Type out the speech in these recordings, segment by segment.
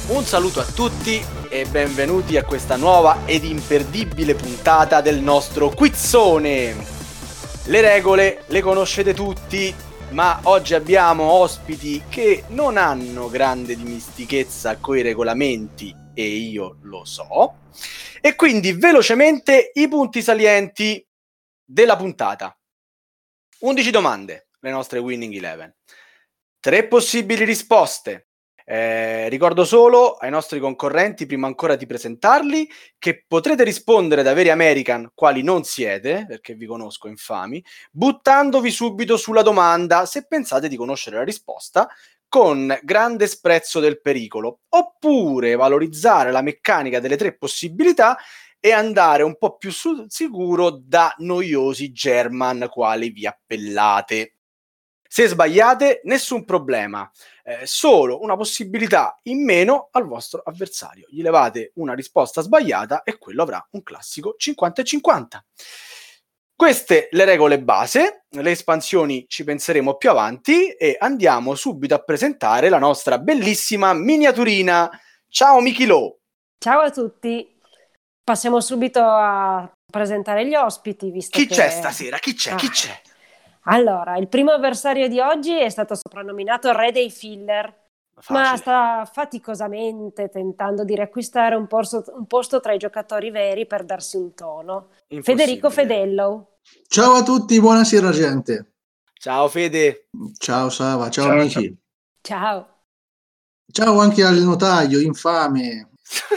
Un saluto a tutti e benvenuti a questa nuova ed imperdibile puntata del nostro quizzone. Le regole le conoscete tutti, ma oggi abbiamo ospiti che non hanno grande dimistichezza coi regolamenti e io lo so. E quindi velocemente i punti salienti della puntata. 11 domande, le nostre Winning 11. 3 possibili risposte. Ricordo solo ai nostri concorrenti, prima ancora di presentarli, che potrete rispondere da veri American, quali non siete, perché vi conosco infami, buttandovi subito sulla domanda se pensate di conoscere la risposta, con grande sprezzo del pericolo, oppure valorizzare la meccanica delle 3 possibilità e andare un po' più sul sicuro da noiosi German quali vi appellate. Se sbagliate, nessun problema, solo una possibilità in meno al vostro avversario. Gli levate una risposta sbagliata e quello avrà un classico 50-50. Queste le regole base, le espansioni ci penseremo più avanti e andiamo subito a presentare la nostra bellissima miniaturina. Ciao Michilo! Ciao a tutti! Passiamo subito a presentare gli ospiti, visto Chi che... c'è stasera? Chi c'è? Chi c'è? Allora, il primo avversario di oggi è stato soprannominato Re dei Filler, ma sta faticosamente tentando di riacquistare un posto tra i giocatori veri per darsi un tono. Federico Fedello. Ciao a tutti, buonasera gente. Ciao Fede. Ciao Sava, ciao amici. Ciao. Ciao anche al notaio, infame.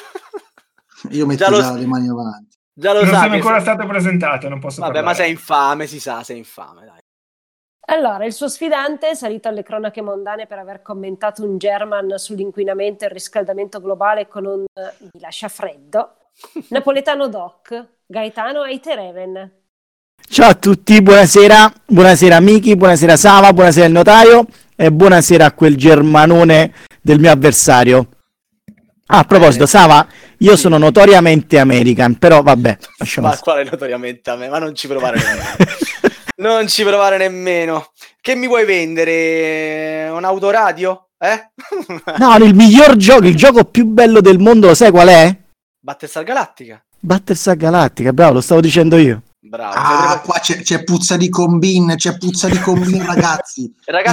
Io metto già le mani avanti. Già lo non sono ancora stato presentato, non posso parlare. Ma sei infame, si sa, sei infame, dai. Allora, il suo sfidante è salito alle cronache mondane per aver commentato un German sull'inquinamento e il riscaldamento globale con un mi lascia freddo. Napoletano Doc, Gaetano Eitereven. Ciao a tutti, buonasera, buonasera Miki, buonasera Sava, buonasera il notaio e buonasera a quel germanone del mio avversario. A proposito, Sava, io sono notoriamente American, però vabbè. Ma quale notoriamente a me? Ma non ci provare nemmeno. Non ci provare nemmeno. Che mi vuoi vendere? Un autoradio? No, il miglior gioco, il gioco più bello del mondo, lo sai qual è? Battlestar Galactica. Battlestar Galactica, bravo, lo stavo dicendo io. Bravo. Qua c'è puzza di combin, ragazzi.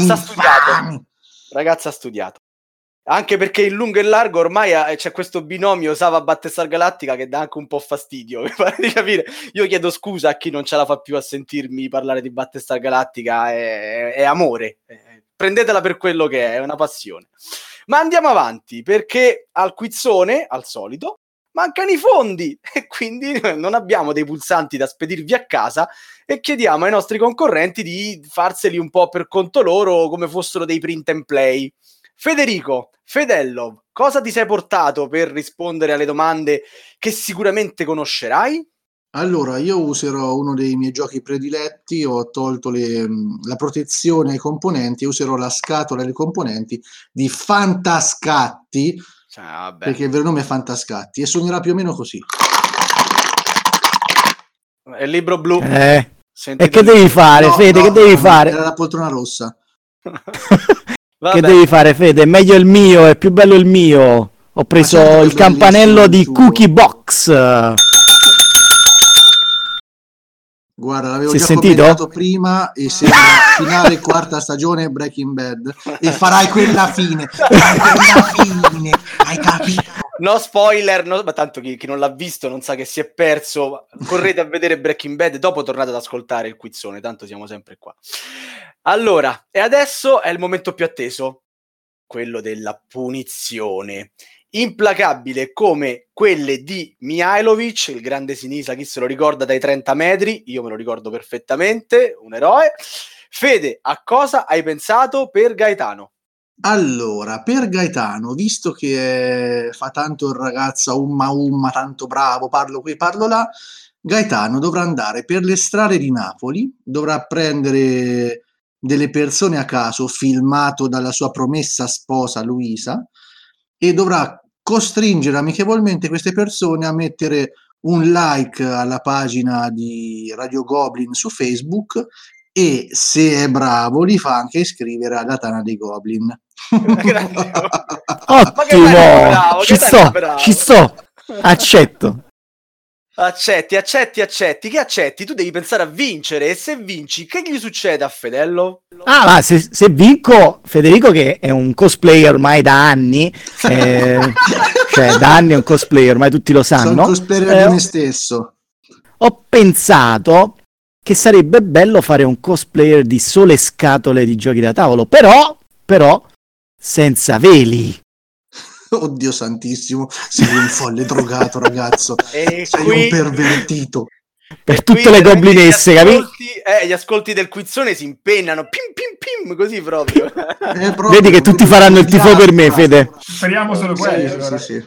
Ragazza ha studiato. Anche perché in lungo e largo ormai c'è questo binomio Sava Battlestar Galactica che dà anche un po' fastidio, mi pare di capire. Io chiedo scusa a chi non ce la fa più a sentirmi parlare di Battlestar Galactica, è amore. Prendetela per quello che è una passione. Ma andiamo avanti, perché al quizzone, al solito, mancano i fondi e quindi non abbiamo dei pulsanti da spedirvi a casa e chiediamo ai nostri concorrenti di farseli un po' per conto loro come fossero dei print and play. Federico, Fedello, cosa ti sei portato per rispondere alle domande che sicuramente conoscerai? Allora, io userò uno dei miei giochi prediletti, ho tolto la protezione ai componenti, userò la scatola dei componenti di Fantascatti, perché il vero nome è Fantascatti, e suonerà più o meno così. È il libro blu. E che devi fare, no, Fede? No, che devi fare? Era la poltrona rossa. Che devi fare, Fede? Meglio il mio, è più bello il mio. Ho preso il campanello di Cookie Box. Guarda, l'avevo già commentato prima e sei la finale quarta stagione Breaking Bad e farai quella fine. Hai capito? No spoiler, no, ma tanto chi non l'ha visto non sa che si è perso. Correte a vedere Breaking Bad, dopo tornate ad ascoltare il quizzone, tanto siamo sempre qua. Allora, e adesso è il momento più atteso, quello della punizione. Implacabile come quelle di Mihajlovic, il grande Sinisa, chi se lo ricorda dai 30 metri, io me lo ricordo perfettamente, un eroe. Fede, a cosa hai pensato per Gaetano? Allora, per Gaetano, visto che fa tanto il ragazzo umma, tanto bravo, parlo qui, parlo là, Gaetano dovrà andare per le strade di Napoli, dovrà prendere delle persone a caso, filmato dalla sua promessa sposa Luisa, e dovrà costringere amichevolmente queste persone a mettere un like alla pagina di Radio Goblin su Facebook e se è bravo li fa anche iscrivere alla Tana dei Goblin. Ottimo, ci sto, accetto. Accetti. Che accetti? Tu devi pensare a vincere, e se vinci, che gli succede a Fedello? Ma se vinco, Federico, che è un cosplayer ormai da anni, cioè da anni è un cosplayer, ormai tutti lo sanno. Sono un cosplayer di me stesso. Ho pensato che sarebbe bello fare un cosplayer di Sole Scatole di giochi da tavolo, però senza veli. Oddio santissimo, sei un folle drogato, ragazzo. Sei un pervertito. Per tutte le goblinesse, capito? Gli ascolti del quizzone si impennano, pim, così proprio. Vedi che tutti faranno il tifo per me, Fede. Speriamo solo quello. Sì.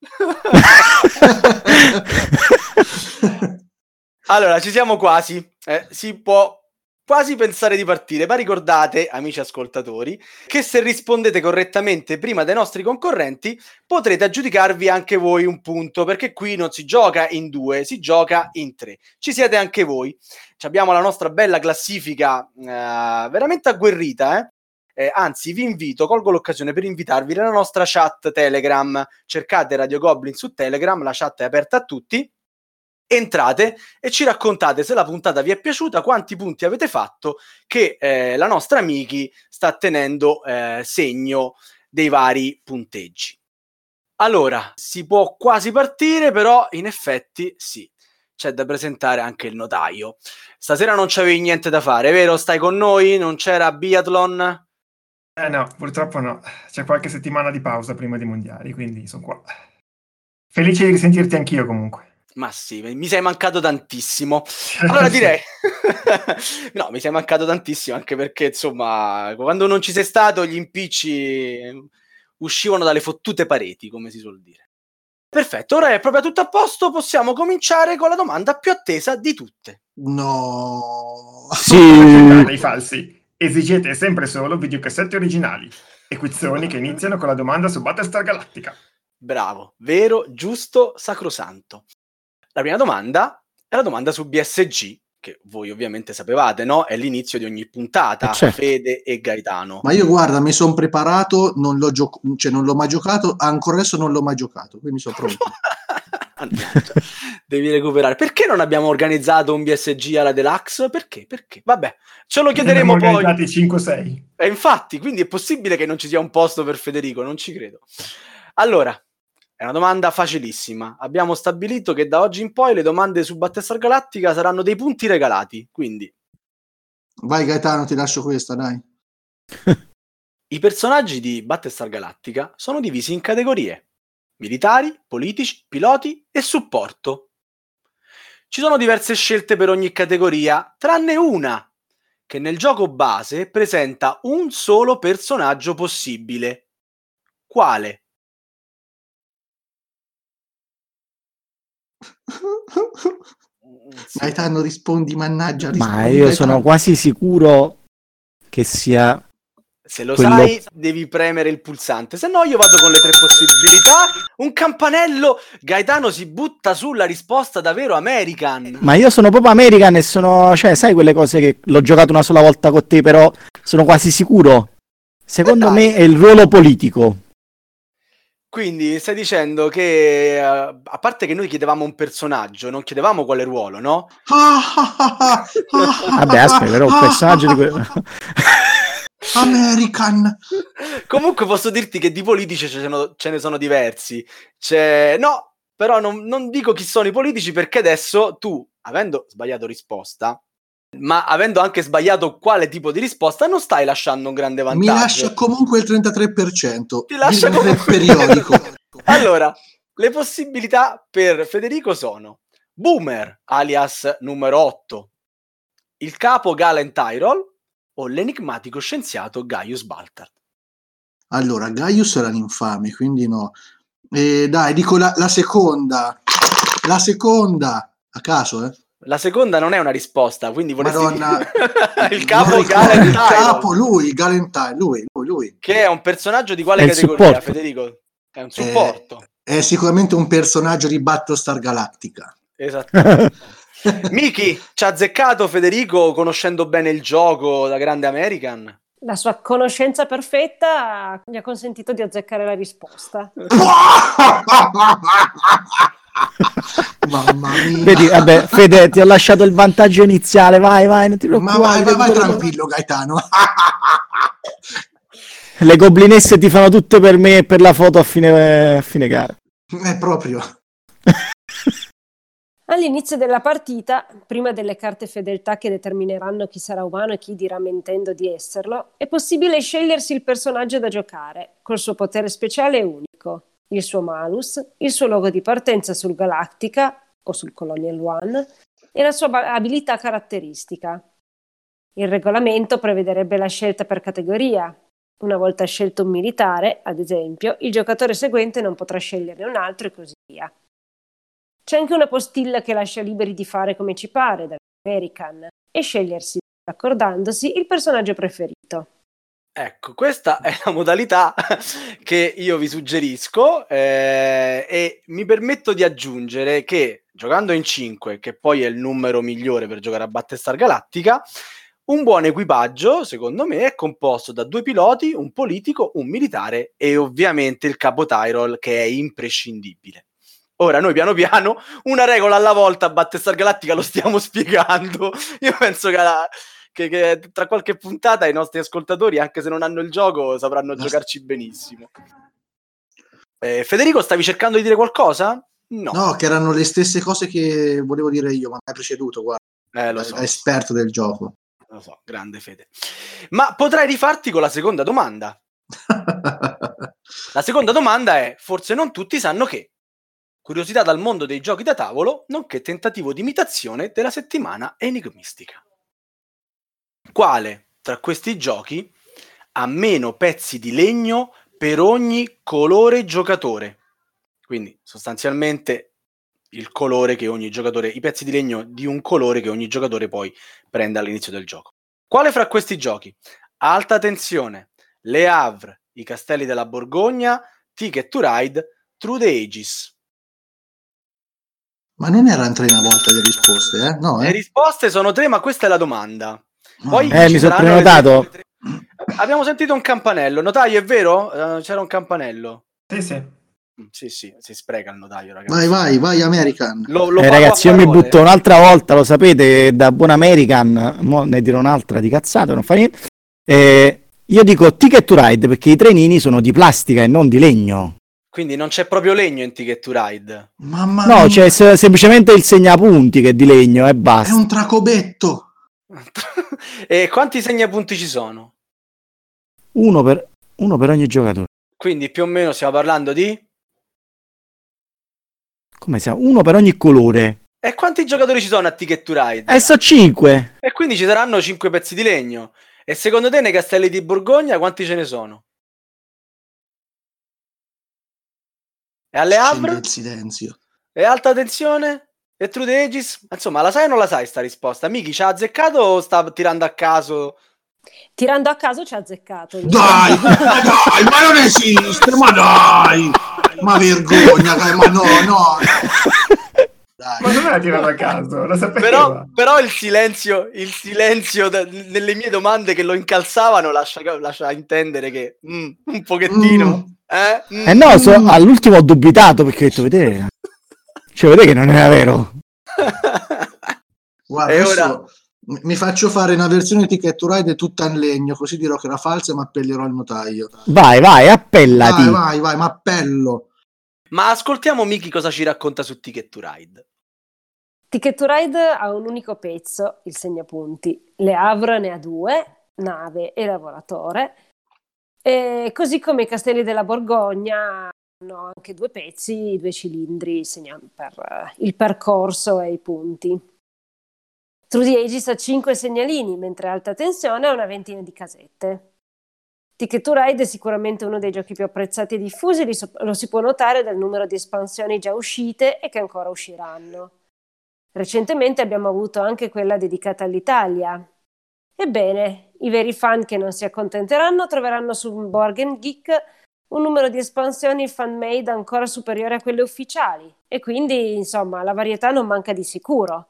Allora, ci siamo quasi. Si può quasi pensare di partire, ma ricordate, amici ascoltatori, che se rispondete correttamente prima dei nostri concorrenti potrete aggiudicarvi anche voi un punto, perché qui non si gioca in 2, si gioca in 3. Ci siete anche voi. Abbiamo la nostra bella classifica veramente agguerrita, anzi vi invito, colgo l'occasione per invitarvi nella nostra chat Telegram. Cercate Radio Goblin su Telegram, la chat è aperta a tutti. Entrate e ci raccontate se la puntata vi è piaciuta, quanti punti avete fatto, che la nostra Miki sta tenendo segno dei vari punteggi. Allora, si può quasi partire, però in effetti sì, c'è da presentare anche il notaio. Stasera non c'avevi niente da fare, vero? Stai con noi? Non c'era biathlon? No, purtroppo no. C'è qualche settimana di pausa prima dei mondiali, quindi sono qua. Felice di risentirti anch'io comunque. Ma sì, mi sei mancato tantissimo. Allora direi no, mi sei mancato tantissimo, anche perché insomma quando non ci sei stato gli impicci uscivano dalle fottute pareti, come si suol dire. Perfetto, ora è proprio tutto a posto, possiamo cominciare con la domanda più attesa di tutte. No, sì. Dei falsi. Esigete sempre solo videocassette originali e quizzoni che iniziano con la domanda su Battlestar Galactica. Bravo, vero, giusto, sacrosanto. La prima domanda è la domanda su BSG, che voi ovviamente sapevate, no? È l'inizio di ogni puntata, certo. Fede e Gaetano. Ma io guarda, mi sono preparato, non l'ho mai giocato, ancora adesso non l'ho mai giocato, quindi sono pronto. Devi recuperare. Perché non abbiamo organizzato un BSG alla Deluxe? Perché? Vabbè, ce lo chiederemo poi. Organizzati 5-6. E infatti, quindi è possibile che non ci sia un posto per Federico, non ci credo. Allora, è una domanda facilissima. Abbiamo stabilito che da oggi in poi le domande su Battlestar Galactica saranno dei punti regalati, quindi... Vai Gaetano, ti lascio questa, dai. I personaggi di Battlestar Galactica sono divisi in categorie: militari, politici, piloti e supporto. Ci sono diverse scelte per ogni categoria, tranne una, che nel gioco base presenta un solo personaggio possibile. Quale? Sì. Gaetano, rispondi, mannaggia. Ma io sono quasi sicuro che sia... Se lo sai, devi premere il pulsante. Se no, io vado con le 3 possibilità. Un campanello. Gaetano si butta sulla risposta da vero American. Ma io sono proprio American e sono... Cioè, sai quelle cose che l'ho giocato una sola volta con te, però sono quasi sicuro. Secondo me è il ruolo politico. Quindi stai dicendo che, a parte che noi chiedevamo un personaggio, non chiedevamo quale ruolo, no? Vabbè, aspetta, però un personaggio di quello... American. Comunque posso dirti che di politici ce ne sono diversi. No, però non dico chi sono i politici, perché adesso tu, avendo sbagliato risposta, ma avendo anche sbagliato quale tipo di risposta, non stai lasciando un grande vantaggio. Mi lascia comunque il 33%. Ti lascia comunque il periodico. Allora, le possibilità per Federico sono Boomer, alias numero 8, il capo Galen Tyrol o l'enigmatico scienziato Gaius Baltar. Allora, Gaius era l'infame, quindi no. Dai, dico la seconda. La seconda, a caso, La seconda non è una risposta, quindi vorresti Madonna, il capo Galen Tyrol. Il capo, Galen Tyrol, lui. Che è un personaggio di quale categoria, supporto. Federico? È un supporto. È sicuramente un personaggio di Battlestar Galactica. Esatto. Miki, ci ha azzeccato Federico conoscendo bene il gioco da grande American? La sua conoscenza perfetta mi ha consentito di azzeccare la risposta. Mamma mia. Vedi, vabbè, Fede, ti ho lasciato il vantaggio iniziale, vai, non ti Ma preoccupare. vai tranquillo, Gaetano. Le goblinesse ti fanno tutto per me e per la foto a fine gara. È proprio. All'inizio della partita, prima delle carte fedeltà che determineranno chi sarà umano e chi dirà mentendo di esserlo, è possibile scegliersi il personaggio da giocare, col suo potere speciale unico, il suo malus, il suo logo di partenza sul Galactica o sul Colonial One e la sua abilità caratteristica. Il regolamento prevederebbe la scelta per categoria. Una volta scelto un militare, ad esempio, il giocatore seguente non potrà sceglierne un altro e così via. C'è anche una postilla che lascia liberi di fare come ci pare dall'American e scegliersi, accordandosi, il personaggio preferito. Ecco, questa è la modalità che io vi suggerisco e mi permetto di aggiungere che giocando in 5, che poi è il numero migliore per giocare a Battlestar Galactica, un buon equipaggio, secondo me, è composto da 2 piloti, un politico, un militare e ovviamente il capo Tyrol, che è imprescindibile. Ora noi piano piano, una regola alla volta a Battlestar Galactica lo stiamo spiegando. Io penso che tra qualche puntata i nostri ascoltatori, anche se non hanno il gioco, sapranno giocarci benissimo. Federico, stavi cercando di dire qualcosa? No, che erano le stesse cose che volevo dire io, ma mi hai preceduto, guarda. Lo so. È esperto del gioco. Lo so, grande Fede. Ma potrai rifarti con la seconda domanda. La seconda domanda è: forse non tutti sanno che. Curiosità dal mondo dei giochi da tavolo, nonché tentativo di imitazione della settimana enigmistica. Quale tra questi giochi ha meno pezzi di legno per ogni colore giocatore? Quindi sostanzialmente il colore che ogni giocatore, i pezzi di legno di un colore che ogni giocatore poi prende all'inizio del gioco. Quale fra questi giochi? Alta tensione, Le Havre, I Castelli della Borgogna, Ticket to Ride, Through the Ages. Ma non erano 3 una volta le risposte, eh? No, Le risposte sono 3, ma questa è la domanda. Poi mi sono prenotato. Abbiamo sentito un campanello. Notaio, è vero? C'era un campanello. Sì, si spreca il notaio, ragazzi. Vai American. Ragazzi, io mi butto un'altra volta, lo sapete, da buon American, mo ne dirò un'altra di cazzate, non fa niente. Io dico Ticket to Ride perché i trenini sono di plastica e non di legno. Quindi non c'è proprio legno in Ticket to Ride. Mamma no, mia. c'è semplicemente il segnapunti che è di legno e basta. È un tracobetto. E quanti segnapunti ci sono? Uno per ogni giocatore. Quindi più o meno stiamo parlando di? Come siamo? Uno per ogni colore. E quanti giocatori ci sono a Ticket to Ride? So 5. E quindi ci saranno 5 pezzi di legno. E secondo te nei Castelli di Borgogna quanti ce ne sono? E alle Havre? Il silenzio. E Alta Tensione? E Through the Ages? Insomma, la sai o non la sai sta risposta? Miki, ci ha azzeccato o sta tirando a caso? Tirando a caso ci ha azzeccato. Dai, ma non esiste, ma dai! Ma vergogna, ma no. Dai. Ma non era tirato a caso, lo sapeva. Però il silenzio nelle mie domande che lo incalzavano lascia intendere che un pochettino. No, all'ultimo ho dubitato perché ho detto, vedete che non era vero. Guarda, adesso mi faccio fare una versione Ticket to Ride tutta in legno, così dirò che era falsa e mi appellerò al notaio. Vai, appellati. Vai, ma appello. Ma ascoltiamo Miki cosa ci racconta su Ticket to Ride. Ticket to Ride ha un unico pezzo, il segnapunti. Le Havre ne ha 2, nave e lavoratore. E così come i Castelli della Borgogna hanno anche 2 pezzi, 2 cilindri per il percorso e i punti. Through the Ages ha 5 segnalini, mentre Alta Tensione ha una ventina di casette. Ticket to Ride è sicuramente uno dei giochi più apprezzati e diffusi, lo si può notare dal numero di espansioni già uscite e che ancora usciranno. Recentemente abbiamo avuto anche quella dedicata all'Italia. Ebbene, i veri fan che non si accontenteranno troveranno su Board Game Geek un numero di espansioni fan-made ancora superiore a quelle ufficiali e quindi, insomma, la varietà non manca di sicuro.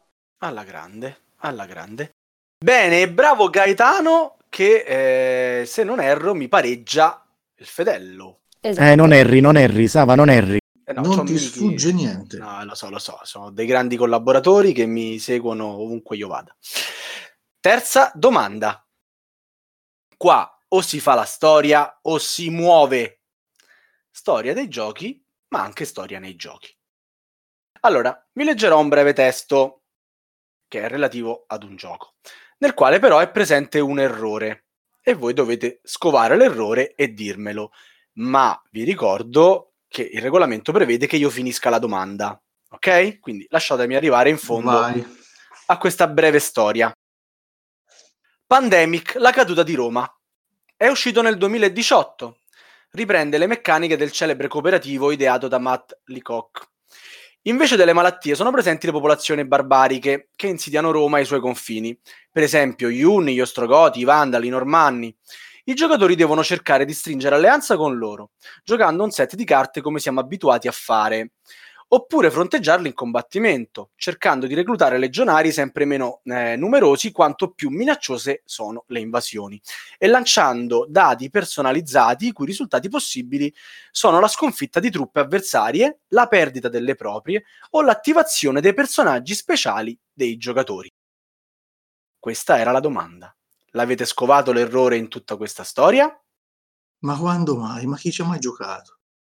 Alla grande, alla grande. Bene, bravo Gaetano che, se non erro, mi pareggia il fedello. Esatto. Non erri, Sava, non erri. No, Non ti sfugge niente. No, lo so, sono dei grandi collaboratori che mi seguono ovunque io vada. Terza domanda. Qua o si fa la storia o si muove. Storia dei giochi, ma anche storia nei giochi. Allora, vi leggerò un breve testo che è relativo ad un gioco, nel quale però è presente un errore e voi dovete scovare l'errore e dirmelo. Ma vi ricordo che il regolamento prevede che io finisca la domanda, ok? Quindi lasciatemi arrivare in fondo a questa breve storia. Pandemic, la caduta di Roma. È uscito nel 2018. Riprende le meccaniche del celebre cooperativo ideato da Matt Leacock. Invece delle malattie sono presenti le popolazioni barbariche che insidiano Roma e i suoi confini. Per esempio gli Unni, gli Ostrogoti, i Vandali, i Normanni. I giocatori devono cercare di stringere alleanza con loro, giocando un set di carte come siamo abituati a fare, oppure fronteggiarli in combattimento, cercando di reclutare legionari sempre meno numerosi quanto più minacciose sono le invasioni, e lanciando dadi personalizzati i cui risultati possibili sono la sconfitta di truppe avversarie, la perdita delle proprie o l'attivazione dei personaggi speciali dei giocatori. Questa era la domanda. L'avete scovato l'errore in tutta questa storia? Ma quando mai? Ma chi ci ha mai giocato?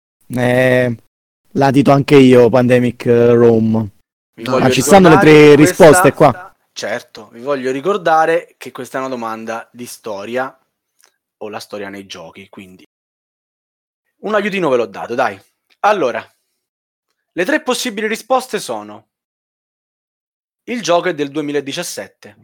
La dito anche io, Pandemic Rome. Ma ci stanno le 3 risposte qua. Certo, vi voglio ricordare che questa è una domanda di storia o la storia nei giochi, quindi un aiutino ve l'ho dato, dai. Allora, le 3 possibili risposte sono: il gioco è del 2017.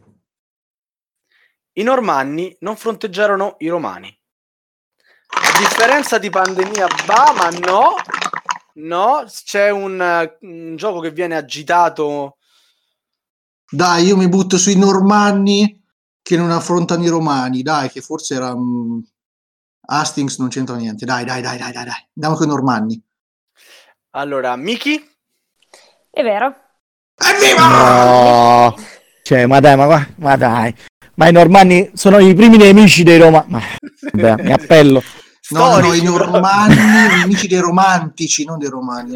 I Normanni non fronteggiarono i Romani. A differenza di Pandemia, ma no, c'è un gioco che viene agitato. Dai, io mi butto sui Normanni che non affrontano i Romani, dai, che forse era Hastings, non c'entra niente. Dai. Andiamo con i Normanni. Allora, Miki? È vero. Evviva! No! Cioè, ma dai. Ma i Normanni sono i primi nemici dei Roma. Vabbè, mi appello. No, i Normanni, nemici dei romantici, non dei romani.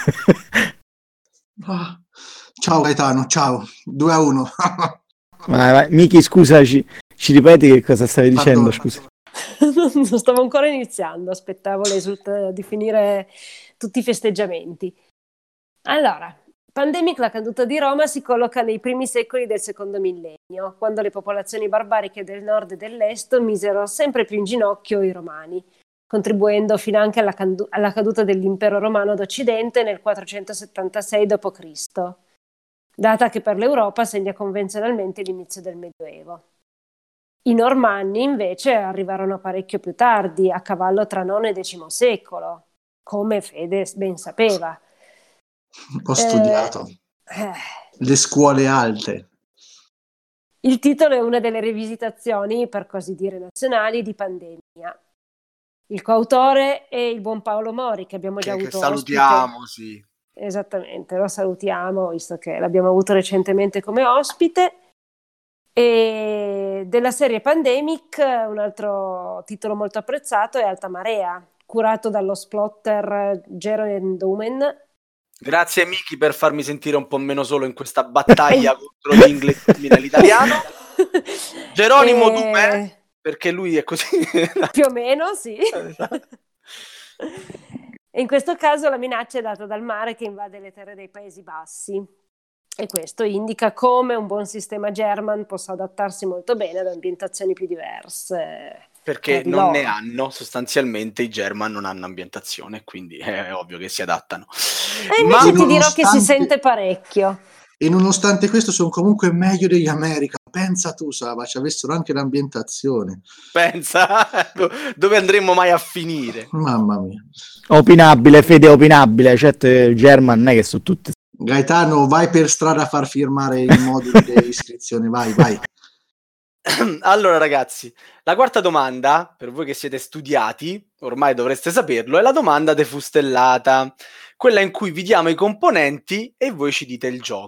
Ciao Gaetano, ciao. 2-1. Vai. Miki, scusaci, ci ripeti che cosa stavi dicendo? Scusa. Non stavo ancora iniziando, aspettavo di finire tutti i festeggiamenti. Allora, Pandemic, la caduta di Roma, si colloca nei primi secoli del secondo millennio, quando le popolazioni barbariche del nord e dell'est misero sempre più in ginocchio i romani, contribuendo finanche alla caduta dell'impero romano d'Occidente nel 476 d.C., data che per l'Europa segna convenzionalmente l'inizio del Medioevo. I Normanni invece arrivarono parecchio più tardi, a cavallo tra IX e X secolo, come Fede ben sapeva. Ho studiato le scuole alte. Il titolo è una delle rivisitazioni, per così dire, nazionali di Pandemia. Il coautore è il buon Paolo Mori, che abbiamo già avuto che salutiamo, ospite. sì. Esattamente, lo salutiamo, visto che l'abbiamo avuto recentemente come ospite. E della serie Pandemic, un altro titolo molto apprezzato è Alta Marea, curato dallo splotter Jeroen Doumen. Grazie Miki per farmi sentire un po' meno solo in questa battaglia contro l'inglese e l'italiano. Geronimo Doumen, perché lui è così. Più o meno, sì. E in questo caso la minaccia è data dal mare che invade le terre dei Paesi Bassi. E questo indica come un buon sistema German possa adattarsi molto bene ad ambientazioni più diverse. Perché non ne hanno, sostanzialmente i German non hanno ambientazione, quindi è ovvio che si adattano. E invece ti dirò che si sente parecchio. E nonostante questo sono comunque meglio degli America. Pensa tu, Sava, ci avessero anche l'ambientazione. Pensa, dove andremmo mai a finire? Mamma mia. Opinabile, Fede, opinabile. Certo, il German non è che sono tutte... Gaetano, vai per strada a far firmare i moduli di iscrizione, vai. Allora ragazzi, la quarta domanda, per voi che siete studiati, ormai dovreste saperlo, è la domanda defustellata, quella in cui vi diamo i componenti e voi ci dite il gioco.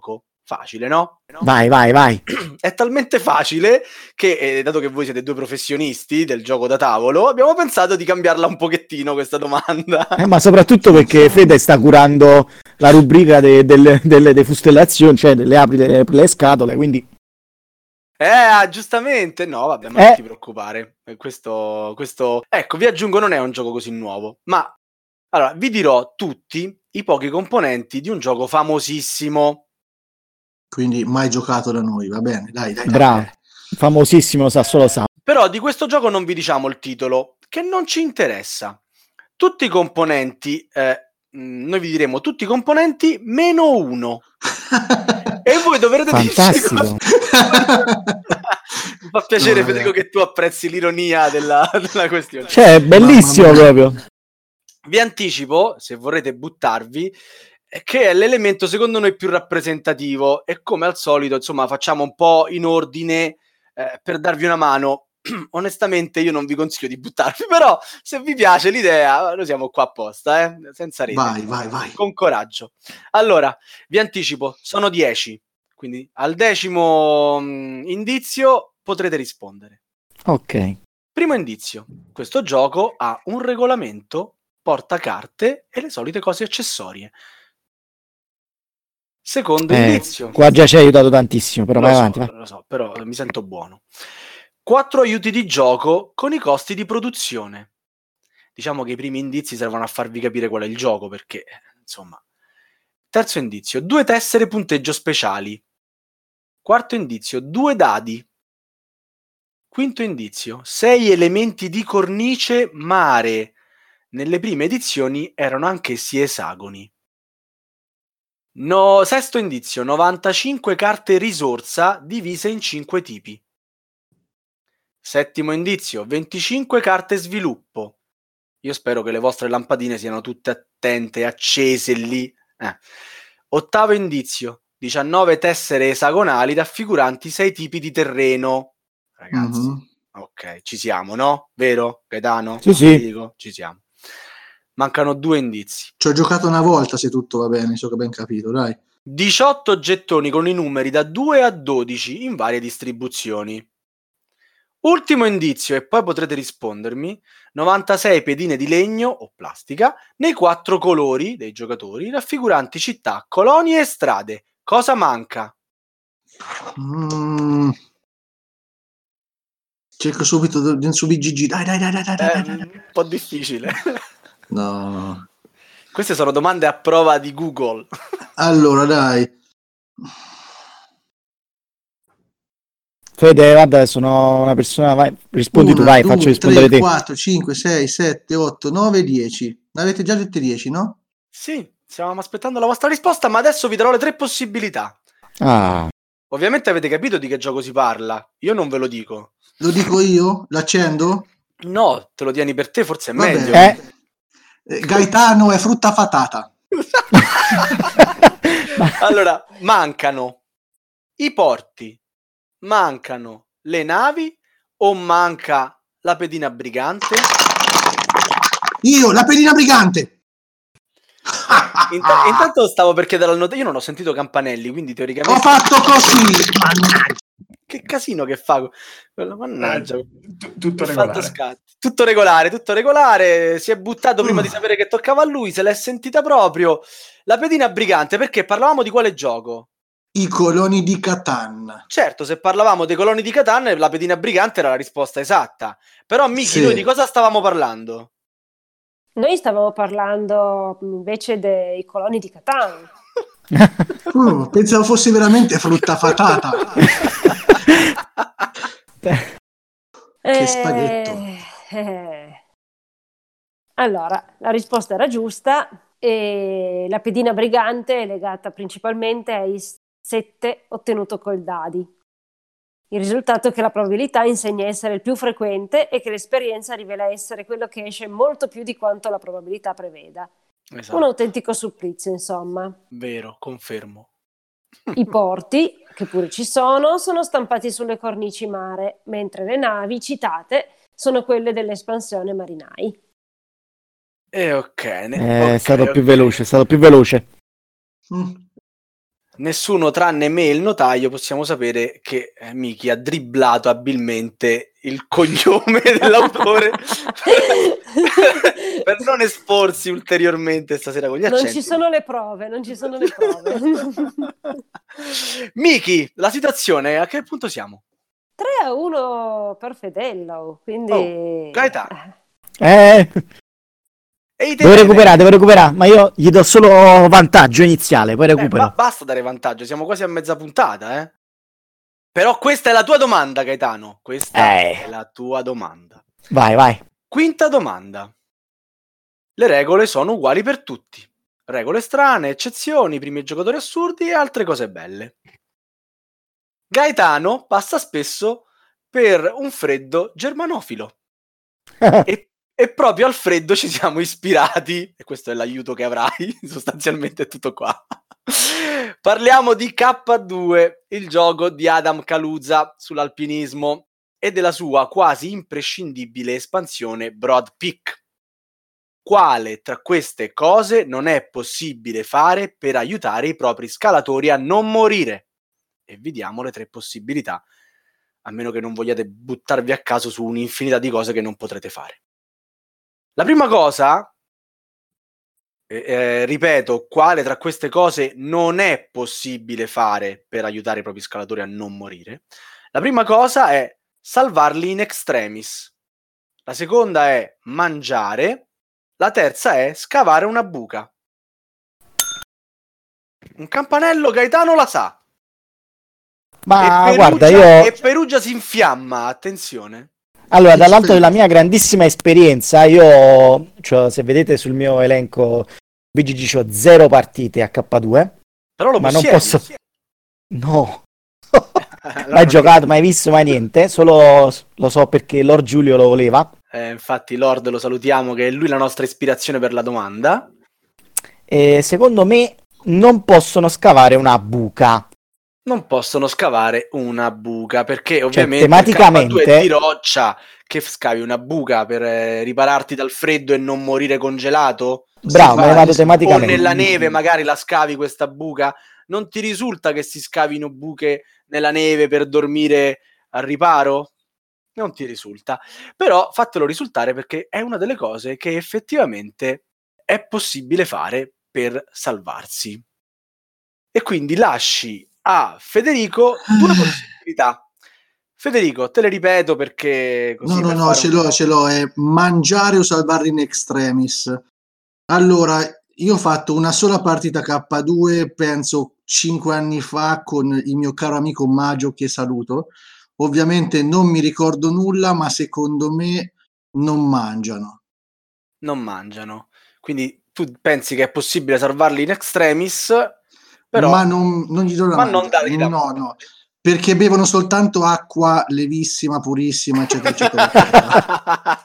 facile, no? Vai. È talmente facile che, dato che voi siete due professionisti del gioco da tavolo, abbiamo pensato di cambiarla un pochettino questa domanda. Ma soprattutto perché Fede sta curando la rubrica delle fustellazioni, cioè le apri le scatole, quindi... Giustamente, no, vabbè, ma non ti preoccupare. Questo, ecco, vi aggiungo, non è un gioco così nuovo, ma allora vi dirò tutti i pochi componenti di un gioco famosissimo. Quindi mai giocato da noi, va bene, dai. Bravo, famosissimo, sa solo sa. Però di questo gioco non vi diciamo il titolo, che non ci interessa. Tutti i componenti, noi vi diremo tutti i componenti meno uno. E voi dovrete fantastico. dirci mi fa piacere, Federico, che tu apprezzi l'ironia della questione. Cioè, è bellissimo proprio. Vi anticipo, se vorrete buttarvi, che è l'elemento secondo noi più rappresentativo, e come al solito, insomma, facciamo un po' in ordine per darvi una mano. Onestamente io non vi consiglio di buttarvi, però se vi piace l'idea, noi siamo qua apposta, senza rete. Vai. Con coraggio. Allora, vi anticipo, sono 10, quindi al 10° indizio potrete rispondere. Ok. Primo indizio, questo gioco ha un regolamento, porta carte e le solite cose accessorie. Secondo indizio. Qua già ci hai aiutato tantissimo, però vai avanti. Lo so, però mi sento buono. 4 aiuti di gioco con i costi di produzione. Diciamo che i primi indizi servono a farvi capire qual è il gioco, perché, insomma. Terzo indizio, 2 tessere punteggio speciali. Quarto indizio, 2 dadi. Quinto indizio, 6 elementi di cornice mare. Nelle prime edizioni erano anch'essi esagoni. Sesto indizio, 95 carte risorsa divise in 5 tipi. Settimo indizio, 25 carte sviluppo. Io spero che le vostre lampadine siano tutte attente, accese lì. Ottavo indizio, 19 tessere esagonali raffiguranti 6 tipi di terreno. Ragazzi, ok, ci siamo, no? Vero, Gaetano? Sì. Dico, ci siamo. Mancano 2 indizi. Ci ho giocato una volta, se tutto va bene, so che ben capito, dai. 18 gettoni con i numeri da 2 a 12 in varie distribuzioni. Ultimo indizio, e poi potrete rispondermi, 96 pedine di legno o plastica nei 4 colori dei giocatori raffiguranti città, colonie e strade. Cosa manca? Cerco subito su BGG, dai. Un po' difficile. No. Queste sono domande a prova di Google. Allora, dai. Fede, guarda, sono una persona, vai, rispondi 1, tu, vai, 2, faccio rispondere 3, te. 4, 5, 6, 7, 8, 9, 10. Ne avete già dette 10, no? Sì, stavamo aspettando la vostra risposta, ma adesso vi darò le 3 possibilità. Ovviamente avete capito di che gioco si parla. Io non ve lo dico. Lo dico io? L'accendo? No, te lo tieni per te, forse è Vabbè. meglio. Gaetano è frutta fatata. Allora, mancano i porti, mancano le navi o manca la pedina brigante? Io, la pedina brigante! Intanto stavo per chiedere al notaio, io non ho sentito campanelli, quindi teoricamente... Ho fatto così! Mannaggia! Che casino che fa! Mannaggia! Tutto regolare. Tutto regolare, si è buttato prima di sapere che toccava a lui, se l'è sentita proprio. La pedina brigante, perché parlavamo di quale gioco? I coloni di Catan. Certo, se parlavamo dei coloni di Catan, la pedina brigante era la risposta esatta. Però, Miki, Sì. noi di cosa stavamo parlando? Noi stavamo parlando invece dei coloni di Catan. Pensavo fosse veramente frutta fatata. Che spaghetto. Allora, la risposta era giusta e la pedina brigante è legata principalmente ai 7 ottenuto col dadi. Il risultato è che la probabilità insegna a essere il più frequente e che l'esperienza rivela essere quello che esce molto più di quanto la probabilità preveda. Esatto. Un autentico supplizio, insomma. Vero, confermo. I porti, che pure ci sono stampati sulle cornici mare, mentre le navi citate sono quelle dell'espansione Marinai. Ok. È stato più veloce, è stato più veloce. nessuno tranne me e il notaio possiamo sapere che Miki ha dribblato abilmente il cognome dell'autore per non esporsi ulteriormente stasera con gli accenti. Non ci sono le prove. Miki, la situazione, a che punto siamo? 3-1 per Fedello, quindi... Gaetano. Devo recuperare, ma io gli do solo vantaggio iniziale, poi recupero. Basta dare vantaggio, siamo quasi a mezza puntata, Però questa è la tua domanda, Gaetano. Questa è la tua domanda. Vai. Quinta domanda. Le regole sono uguali per tutti. Regole strane, eccezioni, primi giocatori assurdi e altre cose belle. Gaetano passa spesso per un freddo germanofilo. E proprio al freddo ci siamo ispirati, e questo è l'aiuto che avrai, sostanzialmente è tutto qua. Parliamo di K2, il gioco di Adam Kaluza sull'alpinismo e della sua quasi imprescindibile espansione Broad Peak. Quale tra queste cose non è possibile fare per aiutare i propri scalatori a non morire? E vi diamo le 3 possibilità, a meno che non vogliate buttarvi a caso su un'infinità di cose che non potrete fare. La prima cosa, ripeto, quale tra queste cose non è possibile fare per aiutare i propri scalatori a non morire? La prima cosa è salvarli in extremis. La seconda è mangiare. La terza è scavare una buca. Un campanello Gaetano la sa. Ma e guarda, io... E Perugia si infiamma, attenzione. Allora, dall'alto della mia grandissima esperienza, io, cioè, se vedete sul mio elenco BGG c'ho 0 partite a K2. Però lo ma possiedi. Non posso... No. Mai giocato, mai visto, mai niente. Solo lo so perché Lord Giulio lo voleva. Infatti Lord lo salutiamo, che è lui la nostra ispirazione per la domanda. E secondo me non possono scavare una buca. Non possono scavare una buca perché cioè, ovviamente tematicamente... il K2 è di roccia. Che scavi una buca per ripararti dal freddo e non morire congelato? Bravo, me ne vado tematicamente. O nella neve magari la scavi questa buca. Non ti risulta che si scavino buche nella neve per dormire al riparo? Non ti risulta. Però fatelo risultare, perché è una delle cose che effettivamente è possibile fare per salvarsi. E quindi lasci a Federico 2 possibilità. Federico, te le ripeto perché così... No, ce l'ho, è mangiare o salvarli in extremis. Allora, io ho fatto una sola partita K2, penso 5 anni fa, con il mio caro amico Maggio, che saluto. Ovviamente non mi ricordo nulla, ma secondo me non mangiano. Non mangiano. Quindi tu pensi che è possibile salvarli in extremis, però... Ma non gli do la ma non dargli da no, perché bevono soltanto acqua levissima, purissima, eccetera, eccetera.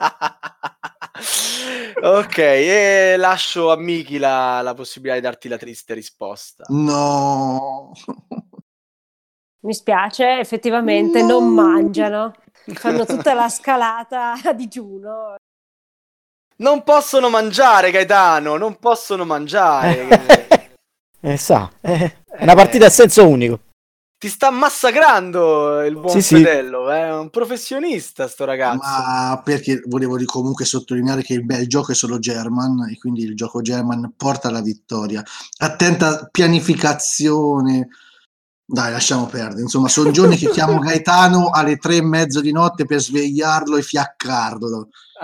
Ok, e lascio a Miki la possibilità di darti la triste risposta. No. Mi spiace, effettivamente non mangiano. Fanno tutta la scalata a digiuno. Non possono mangiare, Gaetano, non possono mangiare. È una partita a senso unico. Ti sta massacrando il buon Fedello, è un professionista sto ragazzo. Ma perché volevo comunque sottolineare che il bel gioco è solo German, e quindi il gioco German porta alla vittoria. Attenta pianificazione. Dai, lasciamo perdere. Insomma, sono giorni che chiamo Gaetano alle 3:30 di notte per svegliarlo e fiaccarlo.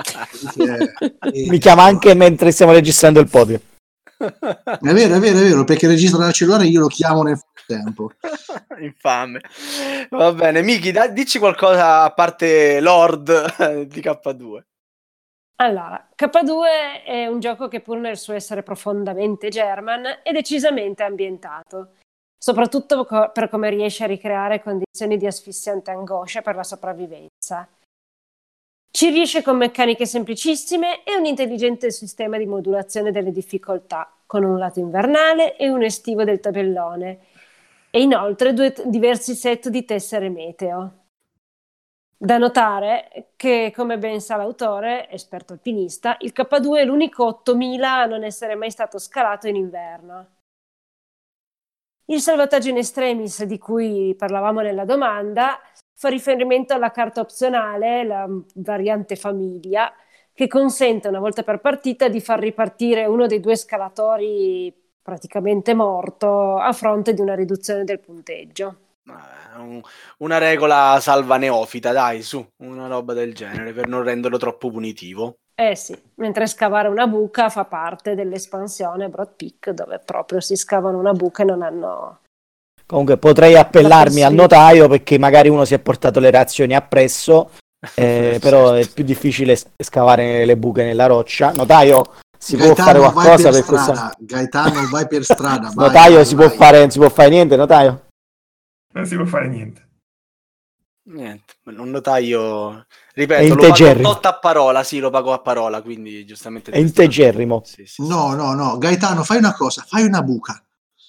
Mi chiama anche mentre stiamo registrando il podio. È vero, perché registra dal cellulare e io lo chiamo nel frattempo. Infame. Va bene, Miki, dici qualcosa a parte Lord di K2. Allora, K2 è un gioco che, pur nel suo essere profondamente German, è decisamente ambientato, soprattutto per come riesce a ricreare condizioni di asfissiante angoscia per la sopravvivenza. Ci riesce con meccaniche semplicissime e un intelligente sistema di modulazione delle difficoltà, con un lato invernale e un estivo del tabellone, e inoltre 2 diversi set di tessere meteo. Da notare che, come ben sa l'autore, esperto alpinista, il K2 è l'unico 8000 a non essere mai stato scalato in inverno. Il salvataggio in extremis di cui parlavamo nella domanda fa riferimento alla carta opzionale, la variante famiglia, che consente una volta per partita di far ripartire uno dei due scalatori praticamente morto a fronte di una riduzione del punteggio. Una regola salva neofita, dai, su, una roba del genere per non renderlo troppo punitivo. Sì, mentre scavare una buca fa parte dell'espansione Broad Peak, dove proprio si scavano una buca e non hanno... Comunque potrei appellarmi al notaio perché magari uno si è portato le reazioni appresso, però è più difficile scavare le buche nella roccia. Notaio, si Gaetano, può fare qualcosa per strada. questa... Gaetano, vai per strada. Notaio, non si può fare niente, notaio? Non si può fare niente. Niente, un notaio, ripeto, lo pago tot a parola, sì, lo pago a parola, quindi giustamente... È integerrimo. Sì. No, Gaetano, fai una cosa, fai una buca.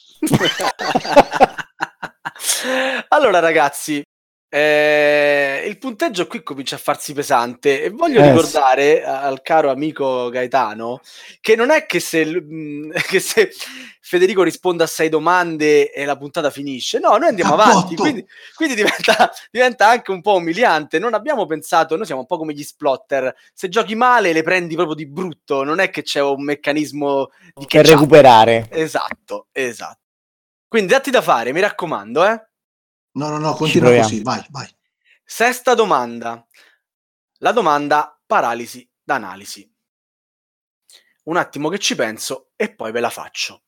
Allora ragazzi, il punteggio qui comincia a farsi pesante e voglio ricordare al caro amico Gaetano che non è che se Federico risponde a 6 domande e la puntata finisce, no, noi andiamo avanti, quindi diventa anche un po' umiliante. Non abbiamo pensato, noi siamo un po' come gli splotter, se giochi male le prendi proprio di brutto, non è che c'è un meccanismo di per recuperare. Esatto. Quindi datti da fare, mi raccomando, No, continua così, vai. Sesta domanda. La domanda paralisi d'analisi. Un attimo che ci penso e poi ve la faccio.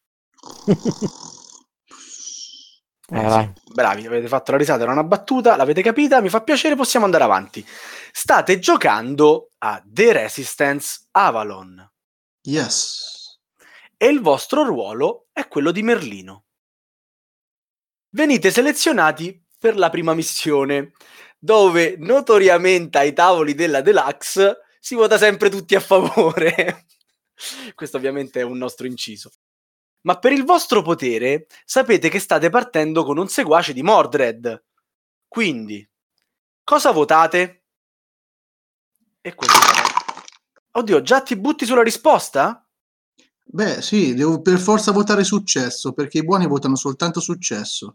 Sì, bravi, avete fatto la risata, era una battuta, l'avete capita, mi fa piacere, possiamo andare avanti. State giocando a The Resistance Avalon. Yes. E il vostro ruolo è quello di Merlino. Venite selezionati per la prima missione, dove notoriamente ai tavoli della Deluxe si vota sempre tutti a favore. Questo ovviamente è un nostro inciso. Ma per il vostro potere sapete che state partendo con un seguace di Mordred. Quindi, cosa votate? E questo Oddio, già ti butti sulla risposta? Beh, sì, devo per forza votare successo, perché i buoni votano soltanto successo.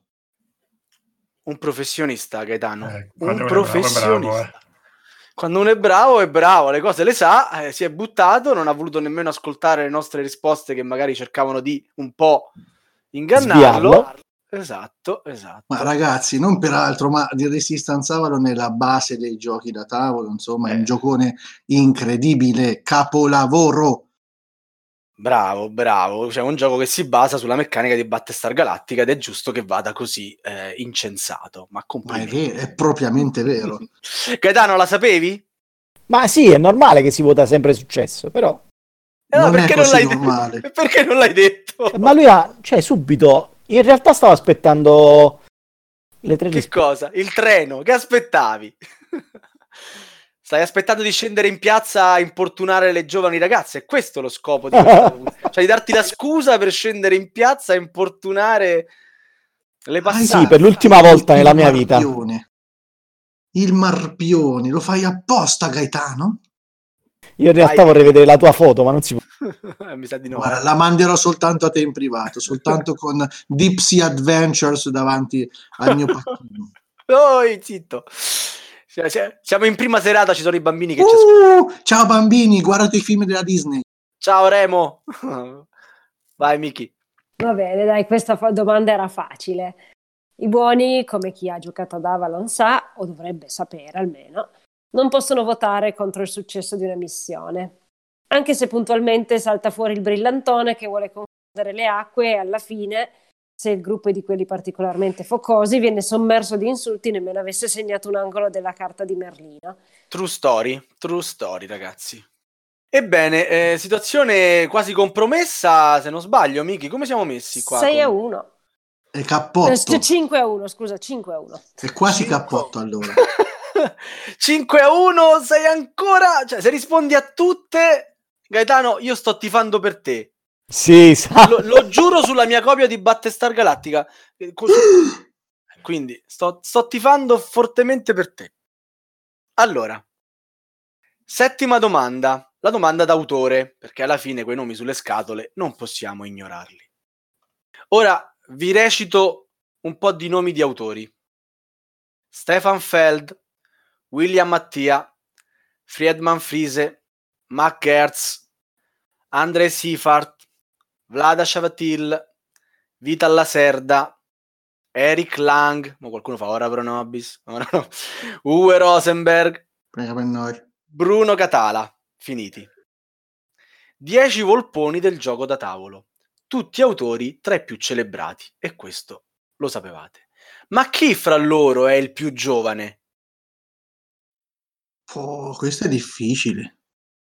Un professionista, Gaetano. Un professionista. Quando uno è bravo, le cose le sa, si è buttato, non ha voluto nemmeno ascoltare le nostre risposte che magari cercavano di un po' ingannarlo. Esatto. Ma ragazzi, non per altro, ma The Resistance Avalon è la base dei giochi da tavolo, insomma, è un giocone incredibile, capolavoro. Bravo, cioè un gioco che si basa sulla meccanica di Battlestar Galactica ed è giusto che vada così incensato, ma è propriamente vero. Gaetano, la sapevi? Ma sì, è normale che si vota sempre successo, però non è così normale. Perché non l'hai detto? Ma lui subito, in realtà stavo aspettando le 3 Che cosa? Il treno, che aspettavi? Stai aspettando di scendere in piazza a importunare le giovani ragazze? È questo lo scopo di questo? Cioè di darti la scusa per scendere in piazza a importunare le passate? Sì, per l'ultima volta nella mia vita. Il marpione, lo fai apposta, Gaetano? Io in realtà vorrei vedere la tua foto, ma non si può. Mi sa di no. Guarda, la manderò soltanto a te in privato, soltanto con Deep Sea Adventures davanti al mio pacchino. Zitto. Siamo in prima serata, ci sono i bambini che ci ascoltano. Ciao bambini, guardate i film della Disney. Ciao Remo. Vai Miki. Va bene, dai, questa domanda era facile. I buoni, come chi ha giocato ad Avalon sa, o dovrebbe sapere almeno, non possono votare contro il successo di una missione. Anche se puntualmente salta fuori il brillantone che vuole confondere le acque e alla fine, se il gruppo è di quelli particolarmente focosi, viene sommerso di insulti nemmeno avesse segnato un angolo della carta di Merlino. True story, ragazzi. Ebbene, situazione quasi compromessa, se non sbaglio, Miki, come siamo messi qua? 6-1. È cappotto. 5-1, scusa, 5-1. È quasi cappotto allora. 5-1, sei ancora... Cioè, se rispondi a tutte, Gaetano, io sto tifando per te. Sì, lo giuro sulla mia copia di Battlestar Galactica. Quindi sto tifando fortemente per te. Allora, settima domanda, la domanda d'autore, perché alla fine quei nomi sulle scatole non possiamo ignorarli. Ora, vi recito un po' di nomi di autori. Stefan Feld, William Mattia, Friedman Friese, Mac Gertz, Andrei Seifert, Vlada Chavatil, Vital Lacerda, Eric Lang, ma qualcuno fa ora pro nobis, ora no. Uwe Rosenberg, Prega per noi. Bruno Catala, finiti. 10 volponi del gioco da tavolo, tutti autori tra i più celebrati, e questo lo sapevate. Ma chi fra loro è il più giovane? Oh, questo è difficile.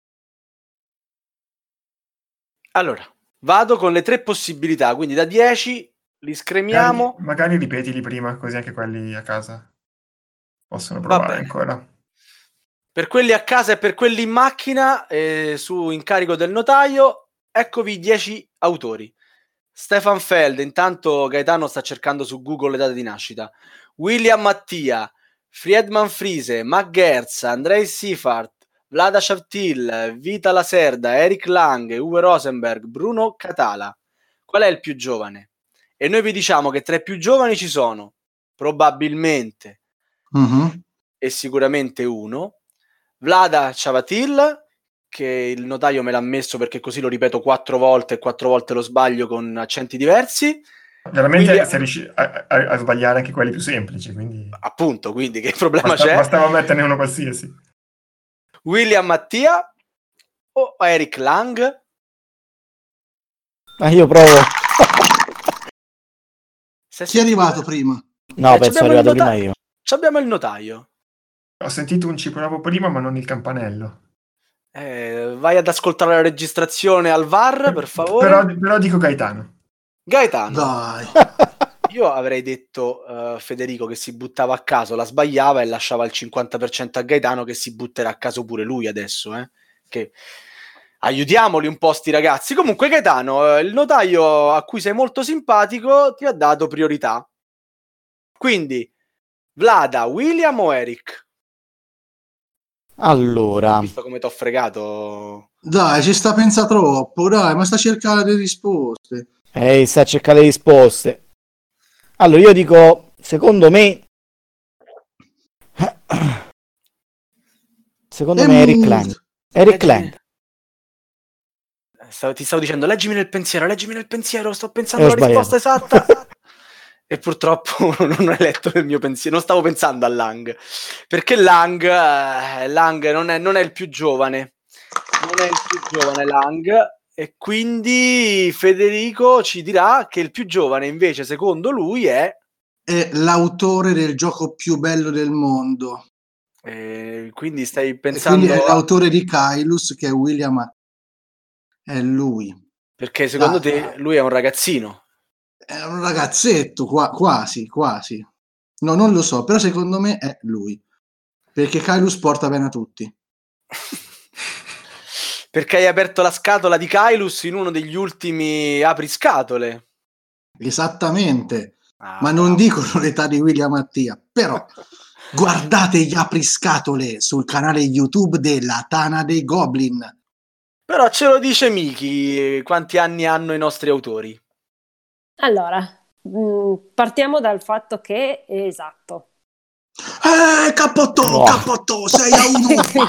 Allora, vado con le 3 possibilità, quindi da 10 li scremiamo. Magari ripetili prima, così anche quelli a casa possono Va provare bene. ancora. Per quelli a casa e per quelli in macchina, su incarico del notaio, eccovi i 10 autori. Stefan Feld, intanto Gaetano sta cercando su Google le date di nascita. William Mattia, Friedman Friese, Mac Gertz, Andrei Seifert, Vlada Chavatil, Vita Lacerda, Eric Lang, Uwe Rosenberg, Bruno Catala. Qual è il più giovane? E noi vi diciamo che tra i più giovani ci sono probabilmente e sicuramente uno, Vlada Chavatil, che il notaio me l'ha messo perché così lo ripeto 4 volte e 4 volte lo sbaglio con accenti diversi. Veramente Quindi, sei riuscito a sbagliare anche quelli più semplici, quindi appunto, quindi che problema c'è? Bastava metterne uno qualsiasi. William Mattia o Eric Lang? Ma io provo. Chi è arrivato prima? No, penso è arrivato prima io. Abbiamo il notaio. Ho sentito un ciponavo prima, ma non il campanello. Vai ad ascoltare la registrazione al VAR, per favore. Però dico Gaetano. Gaetano. Dai. Io avrei detto Federico che si buttava a caso, la sbagliava e lasciava il 50% a Gaetano che si butterà a caso pure lui adesso, che aiutiamoli un po' sti ragazzi. Comunque Gaetano, il notaio a cui sei molto simpatico ti ha dato priorità. Quindi Vlada, William o Eric? Allora, Visto come t'ho fregato. Dai, ci sta pensa troppo, dai, ma sta cercando le risposte. sta a cercare le risposte. Allora, io dico, secondo me Eric Lang. Eric Lang. Ti stavo dicendo, leggimi nel pensiero, sto pensando alla risposta esatta. E purtroppo non hai letto il mio pensiero, non stavo pensando a Lang, perché Lang non è il più giovane, Lang, e quindi Federico ci dirà che il più giovane invece secondo lui è l'autore del gioco più bello del mondo. Quindi stai pensando... Quindi è l'autore di Kailus, che è William. È lui. Perché secondo te lui è un ragazzino? È un ragazzetto, quasi. No, non lo so, però secondo me è lui. Perché Kailus porta bene a tutti. Perché hai aperto la scatola di Kailus in uno degli ultimi apriscatole. Esattamente. Ma non dicono l'età di William Mattia. Però guardate gli apriscatole sul canale YouTube della Tana dei Goblin. Però ce lo dice Miki quanti anni hanno i nostri autori. Allora, partiamo dal fatto che è esatto. Cappotto, 6-1.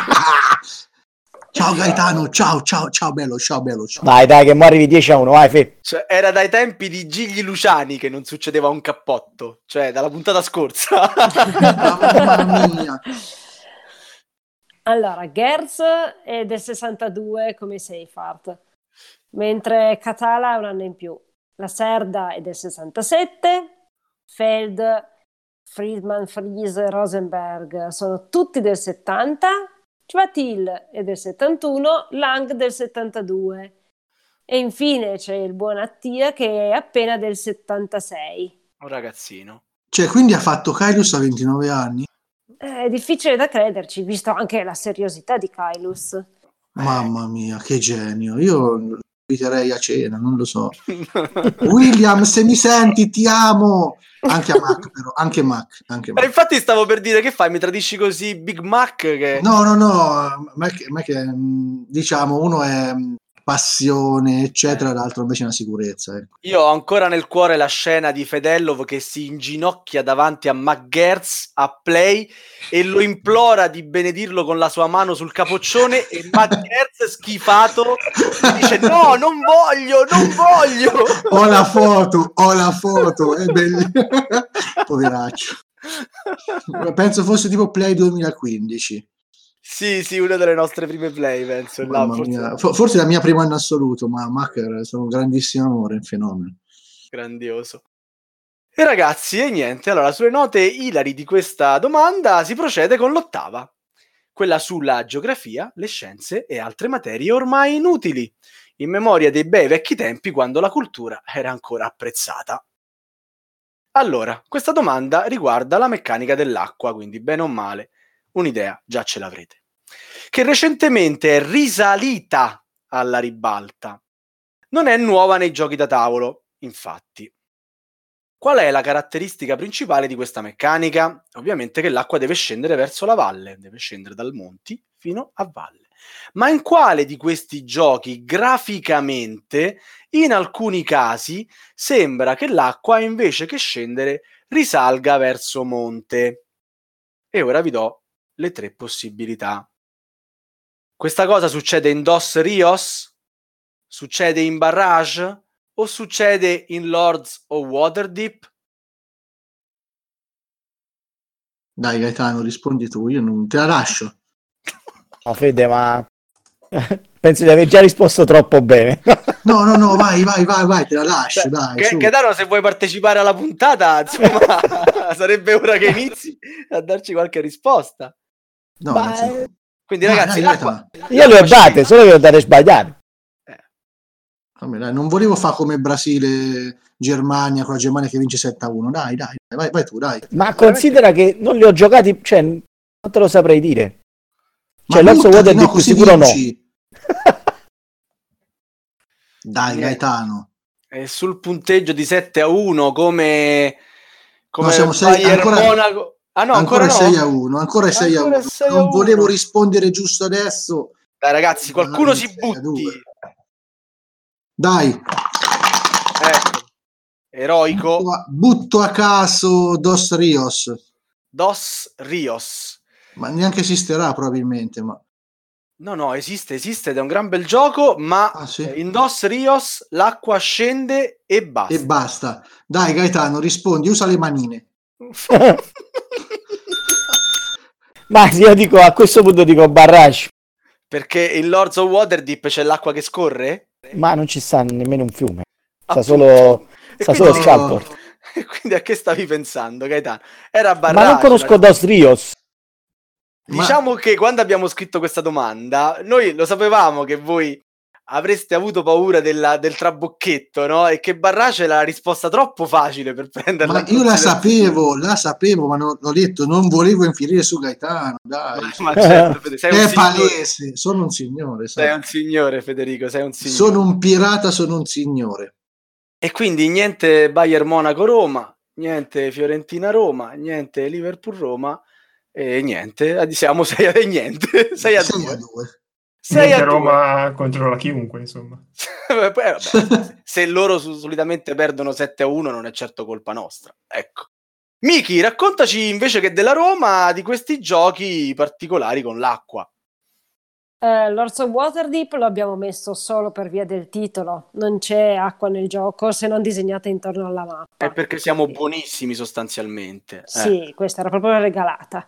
Ciao Gaetano, ciao bello. Dai, che mo arrivi 10-1, vai Fe. Cioè, era dai tempi di Gigli Luciani che non succedeva un cappotto, cioè dalla puntata scorsa. Mamma mia. Allora, Gertz è del 62 come Seifert, mentre Catala è un anno in più. Lacerda è del 67, Feld, Friedman, Friese, Rosenberg sono tutti del 70, Chavatil è del 71, Lang del 72 e infine c'è il buon Attia che è appena del 76. Un ragazzino. Cioè, quindi ha fatto Kailus a 29 anni? È difficile da crederci, visto anche la seriosità di Kailus. Mamma mia, che genio. Io lo inviterei a cena, non lo so. William, se mi senti, ti amo. Anche a Mac, però. Anche Mac. Infatti stavo per dire, che fai? Mi tradisci così Big Mac? Che... No. Mac, diciamo, uno è passione, eccetera, l'altro invece è una sicurezza. Ecco. Io ho ancora nel cuore la scena di Fedellov che si inginocchia davanti a McGertz a play e lo implora di benedirlo con la sua mano sul capoccione e McGertz schifato dice no, non voglio. Ho la foto, è bellissimo. Poveraccio. Penso fosse tipo Play 2015. Sì, una delle nostre prime play, penso. Forse la mia prima in assoluto, ma Macher sono un grandissimo amore, un fenomeno. Grandioso. E ragazzi, e niente, allora sulle note ilari di questa domanda si procede con l'ottava, quella sulla geografia, le scienze e altre materie ormai inutili, in memoria dei bei vecchi tempi quando la cultura era ancora apprezzata. Allora, questa domanda riguarda la meccanica dell'acqua, quindi bene o male, un'idea già ce l'avrete, che recentemente è risalita alla ribalta. Non è nuova nei giochi da tavolo, infatti. Qual è la caratteristica principale di questa meccanica? Ovviamente che l'acqua deve scendere verso la valle, deve scendere dal monti fino a valle. Ma in quale di questi giochi graficamente, in alcuni casi, sembra che l'acqua invece che scendere risalga verso monte? E ora vi do le 3 possibilità. Questa cosa succede in Dos Rios? Succede in Barrage? O succede in Lords of Waterdeep? Dai Gaetano, rispondi tu, io non te la lascio. No, Fede, ma penso di aver già risposto troppo bene. No, vai, te la lascio, dai. Gaetano, se vuoi partecipare alla puntata, insomma, sarebbe ora che inizi a darci qualche risposta. No, quindi ragazzi, l'acqua... Io le ho date, solo che le ho date sbagliate. Non volevo fare come Brasile, Germania, con la Germania che vince 7-1. Dai, vai tu, dai. Ma considera che non li ho giocati, cioè, non te lo saprei dire. Cioè, l'Alzo Waterdeep no, sicuro vinci. No. Dai, Gaetano. È sul punteggio di 7-1 come no, siamo Monaco. Ah no, ancora 6-1, ancora 6-1. Non volevo rispondere giusto adesso. Dai ragazzi, qualcuno si butti. Dai. Ecco. Eroico. Butto a caso Dos Rios. Ma neanche esisterà probabilmente, ma... No, esiste ed è un gran bel gioco, ma sì? In Dos Rios l'acqua scende e basta. Dai Gaetano, rispondi, usa le manine. Ma io dico, a questo punto dico Barrage. Perché in Lords of Waterdeep c'è l'acqua che scorre? Ma non ci sta nemmeno un fiume. Sta solo Scalpor. E quindi a che stavi pensando, Gaetano? Era Barrage. Ma non conosco Dos Rios. Diciamo che quando abbiamo scritto questa domanda, noi lo sapevamo che voi avreste avuto paura del trabocchetto, no? E che Barrage era la risposta troppo facile per prenderla. Ma io la sapevo, ma l'ho detto, non volevo infierire su Gaetano, dai. Ma certo, sei è palese, sono un signore. Sei un signore, Federico, sei un signore. Sono un pirata, sono un signore. E quindi niente Bayern Monaco-Roma, niente Fiorentina-Roma, niente Liverpool-Roma, e niente, siamo 6 a niente. 6 a 2. 6 a Roma contro la chiunque, insomma. Vabbè, se loro solitamente perdono 7-1 non è certo colpa nostra. Ecco. Miki, raccontaci invece che della Roma di questi giochi particolari con l'acqua. Lords of Waterdeep lo abbiamo messo solo per via del titolo, non c'è acqua nel gioco se non disegnata intorno alla mappa. È perché siamo buonissimi sostanzialmente. Sì, questa era proprio regalata.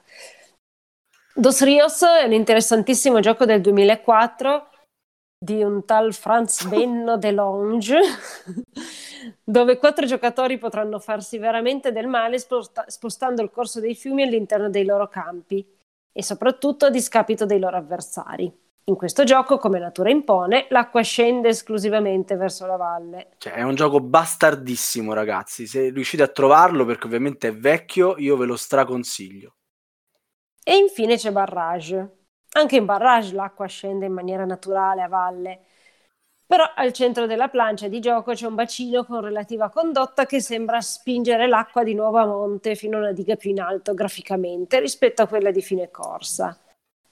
Dos Rios è un interessantissimo gioco del 2004 di un tal Franz Benno de Longe, dove 4 giocatori potranno farsi veramente del male spostando il corso dei fiumi all'interno dei loro campi e soprattutto a discapito dei loro avversari. In questo gioco, come natura impone, l'acqua scende esclusivamente verso la valle. Cioè, è un gioco bastardissimo, ragazzi. Se riuscite a trovarlo, perché ovviamente è vecchio, io ve lo straconsiglio. E infine c'è Barrage. Anche in Barrage l'acqua scende in maniera naturale a valle. Però al centro della plancia di gioco c'è un bacino con relativa condotta che sembra spingere l'acqua di nuovo a monte fino a una diga più in alto graficamente rispetto a quella di fine corsa.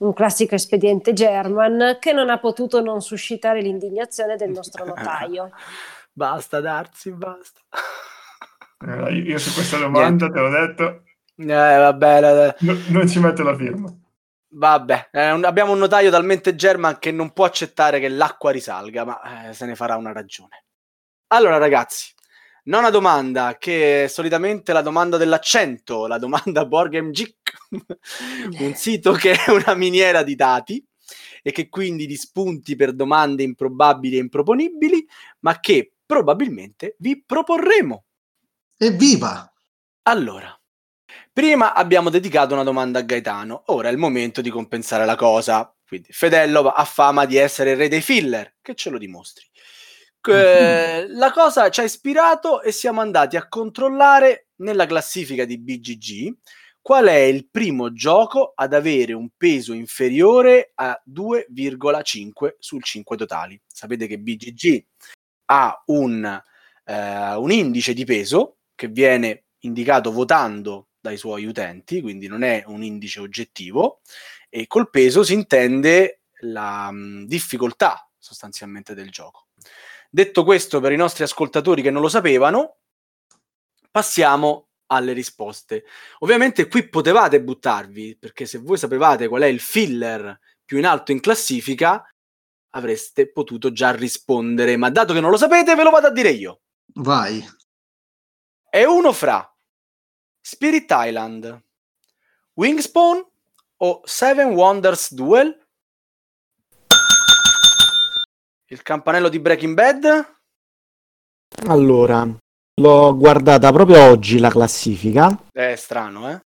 un classico espediente German che non ha potuto non suscitare l'indignazione del nostro notaio. Basta Darsi, basta. Io su questa domanda te l'ho detto. Vabbè. Non ci metto la firma. Vabbè, abbiamo un notaio talmente German che non può accettare che l'acqua risalga, ma se ne farà una ragione. Allora ragazzi, nona domanda, che è solitamente la domanda dell'accento, la domanda BoardGameGeek, un sito che è una miniera di dati e che quindi di spunti per domande improbabili e improponibili, ma che probabilmente vi proporremo. Evviva! Allora, prima abbiamo dedicato una domanda a Gaetano, ora è il momento di compensare la cosa. Quindi Fedello ha fama di essere il re dei filler, che ce lo dimostri. La cosa ci ha ispirato e siamo andati a controllare nella classifica di BGG qual è il primo gioco ad avere un peso inferiore a 2,5 sul 5 totali. Sapete che BGG ha un indice di peso che viene indicato votando dai suoi utenti, quindi non è un indice oggettivo, e col peso si intende la difficoltà sostanzialmente del gioco. Detto questo, per i nostri ascoltatori che non lo sapevano, passiamo alle risposte. Ovviamente qui potevate buttarvi, perché se voi sapevate qual è il filler più in alto in classifica, avreste potuto già rispondere, ma dato che non lo sapete, ve lo vado a dire io. Vai. È uno fra Spirit Island, Wingspawn o Seven Wonders Duel? Il campanello di Breaking Bad? Allora, l'ho guardata proprio oggi la classifica. È strano, eh?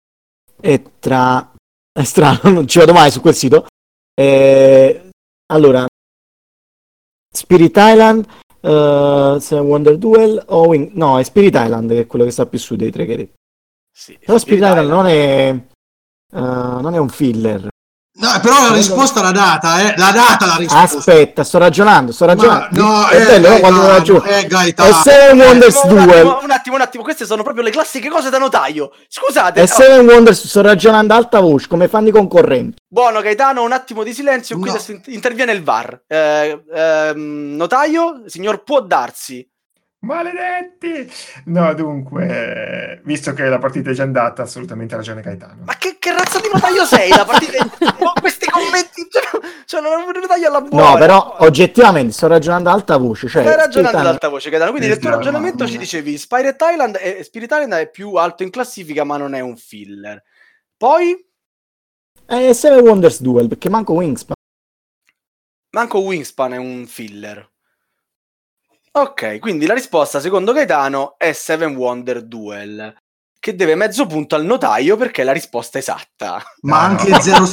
È strano, non ci vado mai su quel sito. Allora, Spirit Island, Seven Wonder Duel o no, è Spirit Island che è quello che sta più su dei tre che hai detto. Sì, Però Spirit Island non è un filler. No, però la risposta l'ha data, la data la risposta. Aspetta, sto ragionando. No, è bello quando lo ragiono. È Seven Wonders Duel. Un attimo, queste sono proprio le classiche cose da notaio. Scusate. È Seven Wonders, sto ragionando ad alta voce, come fanno i concorrenti. Buono Gaetano, un attimo di silenzio, qui adesso interviene il VAR. Notaio, signor può darsi. Maledetti! No, dunque, visto che la partita è già andata, assolutamente ragione Gaetano. Ma che razza di notaio sei? La partita con questi commenti, cioè non notaio alla buona. No, però oggettivamente sto ragionando ad alta voce. Cioè, stai ragionando ad alta voce, Gaetano. Quindi nel tuo ragionamento ci dicevi Spirit Island è più alto in classifica, ma non è un filler. Poi? È Seven Wonders Duel, perché manco Wingspan. Manco Wingspan è un filler. Ok, quindi la risposta secondo Gaetano è Seven Wonder Duel, che deve mezzo punto al notaio perché è la risposta esatta. Ma anche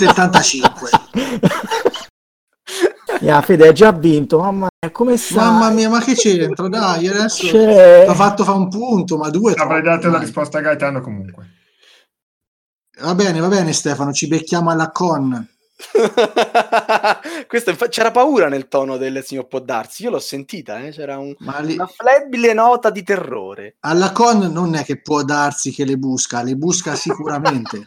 0,75. Fede ha già vinto, mamma mia, come sai? Mamma mia, ma che c'entra? Dai, adesso ti ho fatto fa un punto, ma due avrei dato la risposta a Gaetano comunque. Va bene Stefano, ci becchiamo alla con. C'era paura nel tono del signor può darsi, io l'ho sentita, c'era una flebile nota di terrore. Alla con non è che può darsi che le busca sicuramente.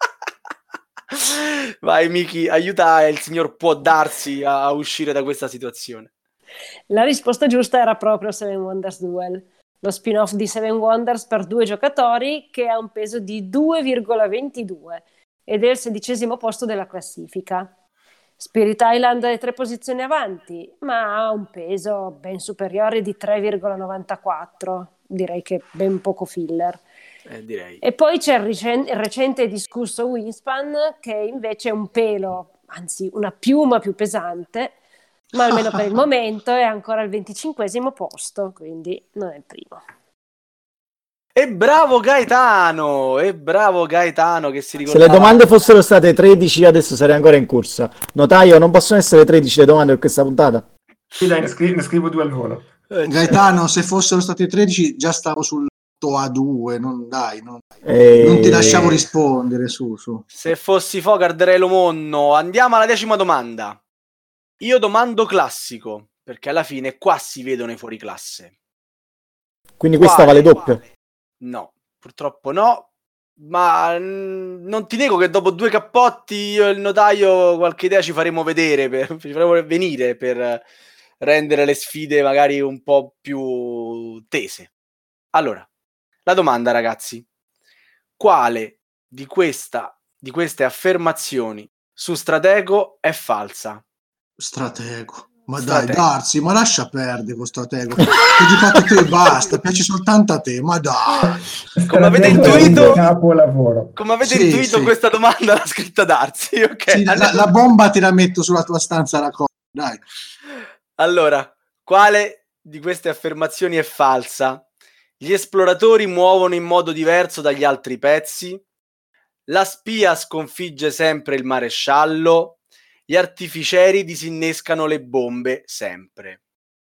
Vai Miki, aiuta il signor può darsi a uscire da questa situazione. La risposta giusta era proprio Seven Wonders Duel, lo spin-off di Seven Wonders per 2 giocatori che ha un peso di 2,22 ed è il 16° posto della classifica. Spirit Island è 3 posizioni avanti, ma ha un peso ben superiore di 3,94, direi che ben poco filler. Direi. E poi c'è il recente discusso Wingspan, che invece è un pelo, anzi una piuma più pesante, ma almeno per il momento è ancora al 25° posto, quindi non è il primo. E bravo Gaetano che si ricorda. Se le domande fossero state 13 adesso sarei ancora in corsa. Notaio, non possono essere 13 le domande per questa puntata? Sì, dai, ne scrivo 2 al volo. Gaetano, se fossero state 13 già stavo sul A2, non ti lasciavo rispondere su. Se fossi Foca arderei lo monno. Andiamo alla 10ª domanda. Io domando classico, perché alla fine qua si vedono i fuoriclasse. Quindi questa vale doppio? No, purtroppo no. Ma non ti nego che dopo 2 cappotti io e il notaio qualche idea ci faremo vedere, ci faremo venire per rendere le sfide magari un po' più tese. Allora, la domanda, ragazzi: quale di queste affermazioni su Stratego è falsa? Stratego. Ma Stratego. dai, Darsi, ma lascia perdere con Stratego. Che di fatto te basta, piace soltanto a te, ma dai. Come avete Stratego è un intuito, capolavoro. come avete Sì, intuito sì. questa domanda l'ha scritta Darsi, ok? Sì, la bomba te la metto sulla tua stanza a raccogliere, dai. Allora, quale di queste affermazioni è falsa? Gli esploratori muovono in modo diverso dagli altri pezzi? La spia sconfigge sempre il maresciallo? Gli artificieri disinnescano le bombe sempre?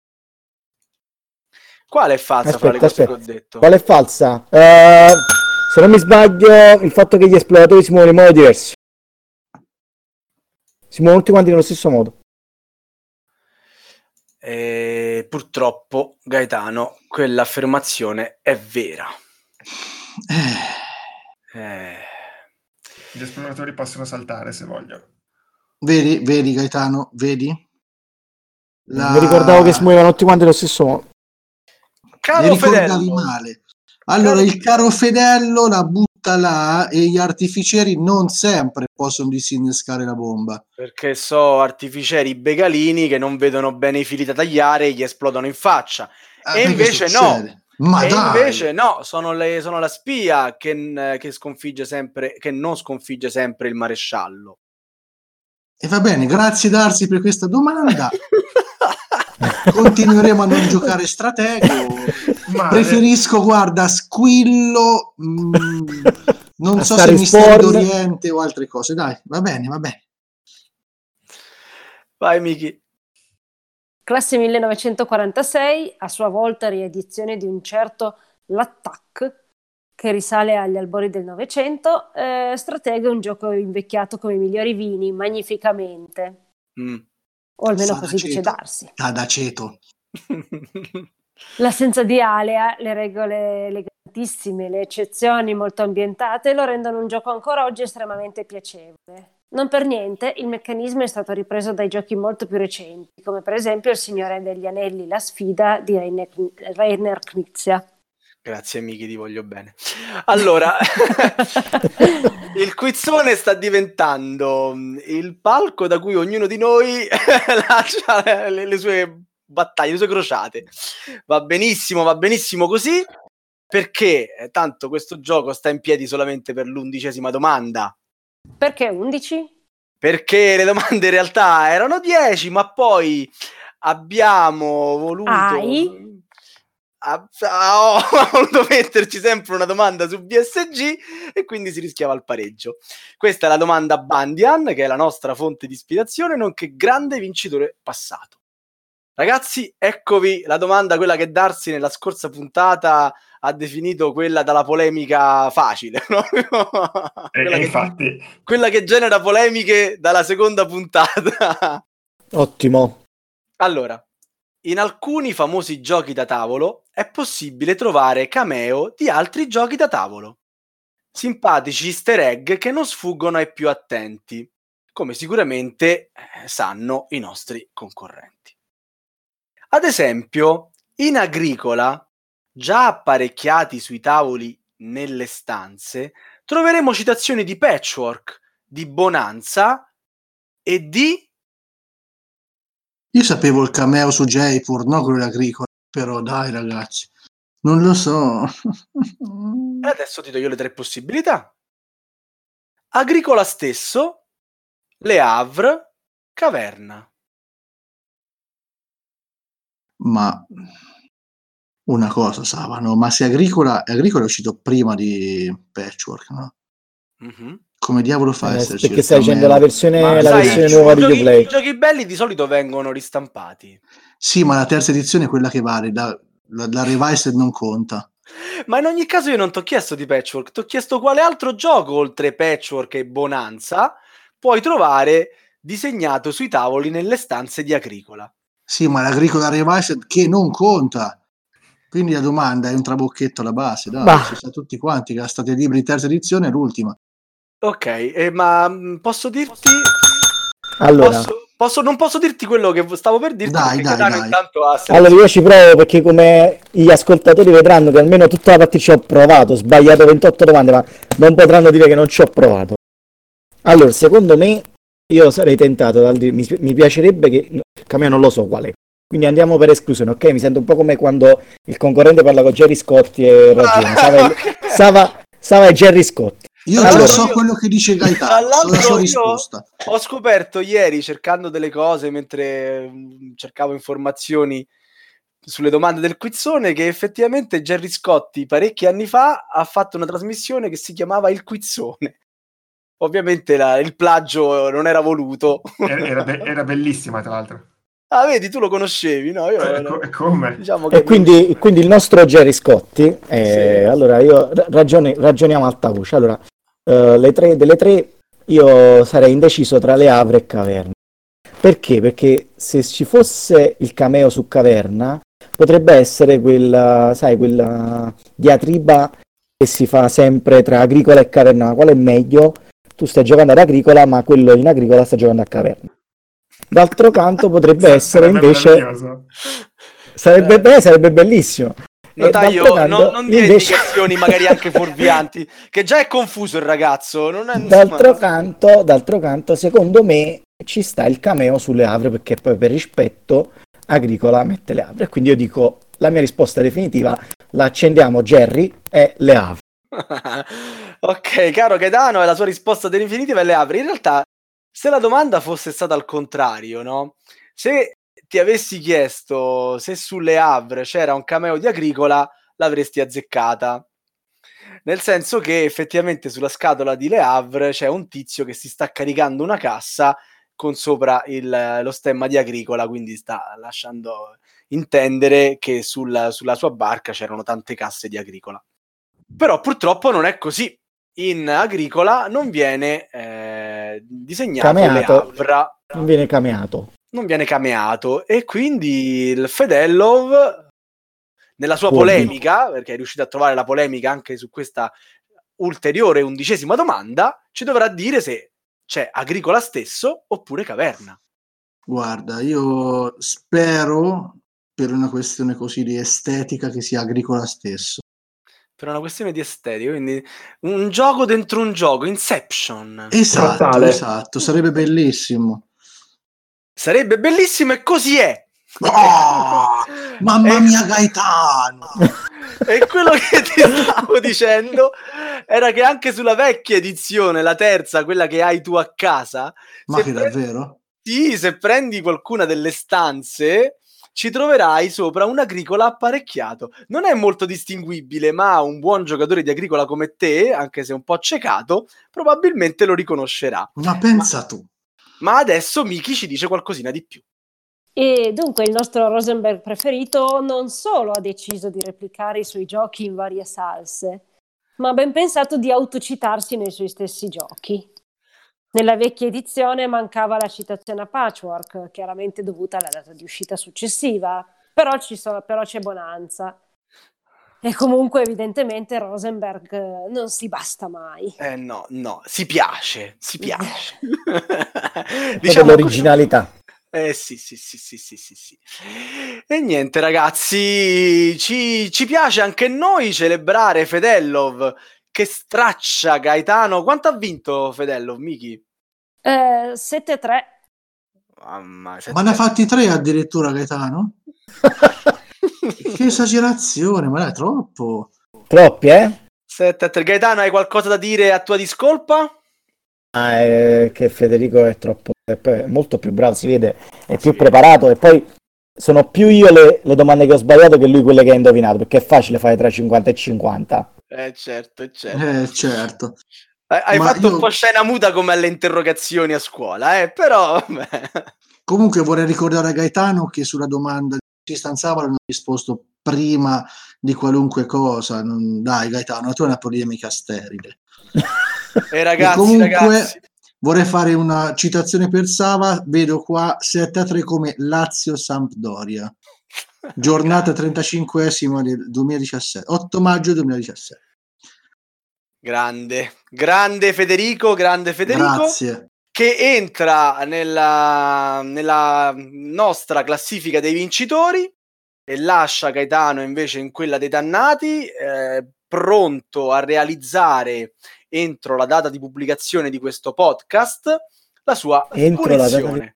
Quale è falsa fra le cose che ho detto? Qual è falsa? Se non mi sbaglio, il fatto che gli esploratori si muovono in modo diverso. Si muovono tutti quanti nello stesso modo. Purtroppo, Gaetano, quell'affermazione è vera. Gli esploratori possono saltare se vogliono. Vedi Gaetano, vedi? Mi ricordavo che si muovevano tutti quanti nello stesso modo. Caro Ne ricordavi Fedello, male. Allora, il caro Fedello la butta là e gli artificieri non sempre possono disinnescare la bomba. perché so artificieri begalini che non vedono bene i fili da tagliare e gli esplodono in faccia. E invece no. Ma E dai! invece no, sono la spia che sconfigge sempre, che non sconfigge sempre il maresciallo. E va bene, grazie Darsi per questa domanda. Continueremo a non giocare stratego. Preferisco, guarda, Squillo, non so se Mistero d'Oriente o altre cose. Dai, va bene. Vai, Miki. Classe 1946, a sua volta riedizione di un certo L'Attack, che risale agli albori del Novecento. Stratego è un gioco invecchiato come i migliori vini, magnificamente. O almeno così dice Darsi. Ad aceto. L'assenza di alea, le regole elegantissime, le eccezioni molto ambientate lo rendono un gioco ancora oggi estremamente piacevole. Non per niente il meccanismo è stato ripreso dai giochi molto più recenti, come per esempio Il Signore degli Anelli, La Sfida di Rainer Knizia. Grazie Miki, ti voglio bene. Allora, il quizzone sta diventando il palco da cui ognuno di noi lancia le sue battaglie, le sue crociate. Va benissimo così, perché tanto questo gioco sta in piedi solamente per l'11ª domanda. Perché 11? Perché le domande in realtà erano 10, ma poi abbiamo voluto... Ho voluto metterci sempre una domanda su BSG e quindi si rischiava il pareggio. Questa è la domanda Bandian, che è la nostra fonte di ispirazione, nonché grande vincitore passato. Ragazzi, eccovi la domanda, quella che Darsi nella scorsa puntata ha definito quella dalla polemica facile, no? quella che genera polemiche dalla seconda puntata. Ottimo. Allora, in alcuni famosi giochi da tavolo è possibile trovare cameo di altri giochi da tavolo. Simpatici easter egg che non sfuggono ai più attenti, come sicuramente sanno i nostri concorrenti. Ad esempio, in Agricola, già apparecchiati sui tavoli nelle stanze, troveremo citazioni di Patchwork, di Bonanza e di... Io sapevo il cameo su Jaipur, no quello agricola, però dai ragazzi, non lo so. E adesso ti do io le 3 possibilità. Agricola stesso, Le Havre, Caverna. Ma una cosa, Savano, ma se Agricola è uscito prima di Patchwork, no? Mm-hmm. Come diavolo fa a esserci? Perché stai dicendo la versione nuova di Uplay. I giochi belli di solito vengono ristampati. Sì, ma la terza edizione è quella che vale, la Revised non conta. Ma in ogni caso io non ti ho chiesto di Patchwork, ti ho chiesto quale altro gioco oltre Patchwork e Bonanza puoi trovare disegnato sui tavoli nelle stanze di Agricola. Sì, ma l'Agricola Revised che non conta. Quindi la domanda è un trabocchetto alla base, dai, Bah. ci sta tutti quanti, che la state libri di terza edizione è l'ultima. Ok, ma posso dirti... Allora, non posso dirti quello che stavo per dirti, Dai, perché dai, Gaetano dai. intanto ha allora io ci provo perché come gli ascoltatori vedranno che almeno tutta la partita ci ho provato, ho sbagliato 28 domande, ma non potranno dire che non ci ho provato. Allora, secondo me, io sarei tentato dal dire, mi piacerebbe che, il cameo non lo so qual è, quindi andiamo per esclusione, ok? Mi sento un po' come quando il concorrente parla con Gerry Scotti e ragione, Sava e Gerry Scotti. Io Allora, già so quello che dice Gaetano, so la sua risposta. Ho scoperto ieri, cercando delle cose mentre cercavo informazioni sulle domande del quizzone, che effettivamente Gerry Scotti parecchi anni fa ha fatto una trasmissione che si chiamava Il Quizzone. Ovviamente il plagio non era voluto. Era bellissima, tra l'altro. Ah, vedi, tu lo conoscevi, no? Come? Diciamo e che quindi il nostro Gerry Scotti, Sì. allora io ragioniamo a alta voce. Allora, delle tre io sarei indeciso tra Le Havre e Caverna. Perché? Perché se ci fosse il cameo su Caverna potrebbe essere quella diatriba che si fa sempre tra Agricola e Caverna. Qual è meglio? Tu stai giocando ad Agricola, ma quello in Agricola sta giocando a Caverna. D'altro canto potrebbe essere invece... Sarebbe bellissimo. Notaio, canto, non dia indicazioni magari anche fuorvianti, che già è confuso il ragazzo. Non è, d'altro canto, secondo me ci sta il cameo sulle Havre, perché poi per rispetto Agricola mette Le Havre. Quindi io dico, la mia risposta definitiva la accendiamo Gerry e Le Havre. Ok, caro Gaetano, la sua risposta definitiva è Le Havre. In realtà, se la domanda fosse stata al contrario, no? Se ti avessi chiesto se sulle Havre c'era un cameo di Agricola, l'avresti azzeccata. Nel senso che effettivamente sulla scatola di Le Havre c'è un tizio che si sta caricando una cassa con sopra lo stemma di Agricola, quindi sta lasciando intendere che sulla sua barca c'erano tante casse di Agricola. Però purtroppo non è così. In Agricola non viene disegnato Le Havre. Non viene cameato. Non viene cameato, e quindi il Fedellov, nella sua polemica, perché è riuscito a trovare la polemica anche su questa ulteriore 11ª domanda, ci dovrà dire se c'è Agricola stesso oppure Caverna. Guarda, io spero, per una questione così di estetica, che sia Agricola stesso. Per una questione di estetica, quindi un gioco dentro un gioco, Inception. Esatto, sarebbe bellissimo. Sarebbe bellissimo, e così è. Oh, mamma mia, Gaetano! E quello che ti stavo dicendo era che anche sulla vecchia edizione, la terza, quella che hai tu a casa, ma che davvero? Sì, se prendi qualcuna delle stanze ci troverai sopra un Agricola apparecchiato. Non è molto distinguibile, ma un buon giocatore di Agricola come te, anche se un po' ciecato, probabilmente lo riconoscerà. Ma pensa tu. Ma adesso Miki ci dice qualcosina di più. E dunque il nostro Rosenberg preferito non solo ha deciso di replicare i suoi giochi in varie salse, ma ha ben pensato di autocitarsi nei suoi stessi giochi. Nella vecchia edizione mancava la citazione a Patchwork, chiaramente dovuta alla data di uscita successiva, però c'è Bonanza. E comunque evidentemente Rosenberg non si basta mai. No, si piace. Diciamo l'originalità. Sì. E niente, ragazzi, ci piace anche noi celebrare Fedellov che straccia Gaetano. Quanto ha vinto Fedellov, Miki? 7-3. Ma ne ha fatti 3 addirittura Gaetano? Che esagerazione, ma è troppo. Troppi, 7-3. Gaetano, hai qualcosa da dire a tua discolpa? Che Federico è molto più bravo, si vede, è più preparato, e poi sono più io le domande che ho sbagliato che lui quelle che ha indovinato, perché è facile fare tra 50 e 50. Certo. Certo. Hai fatto un po' scena muta come alle interrogazioni a scuola, però... Comunque vorrei ricordare a Gaetano che sulla domanda di stanziava hanno risposto prima di qualunque cosa. Dai Gaetano, tu hai una polemica sterile. Ragazzi, comunque vorrei fare una citazione per Sava, vedo qua 7-3 come Lazio-Sampdoria. Giornata 35esima del 2017, 8 maggio 2017. Grande Federico, Grazie. che entra nella nostra classifica dei vincitori e lascia Gaetano invece in quella dei dannati, pronto a realizzare entro la data di pubblicazione di questo podcast la sua punizione.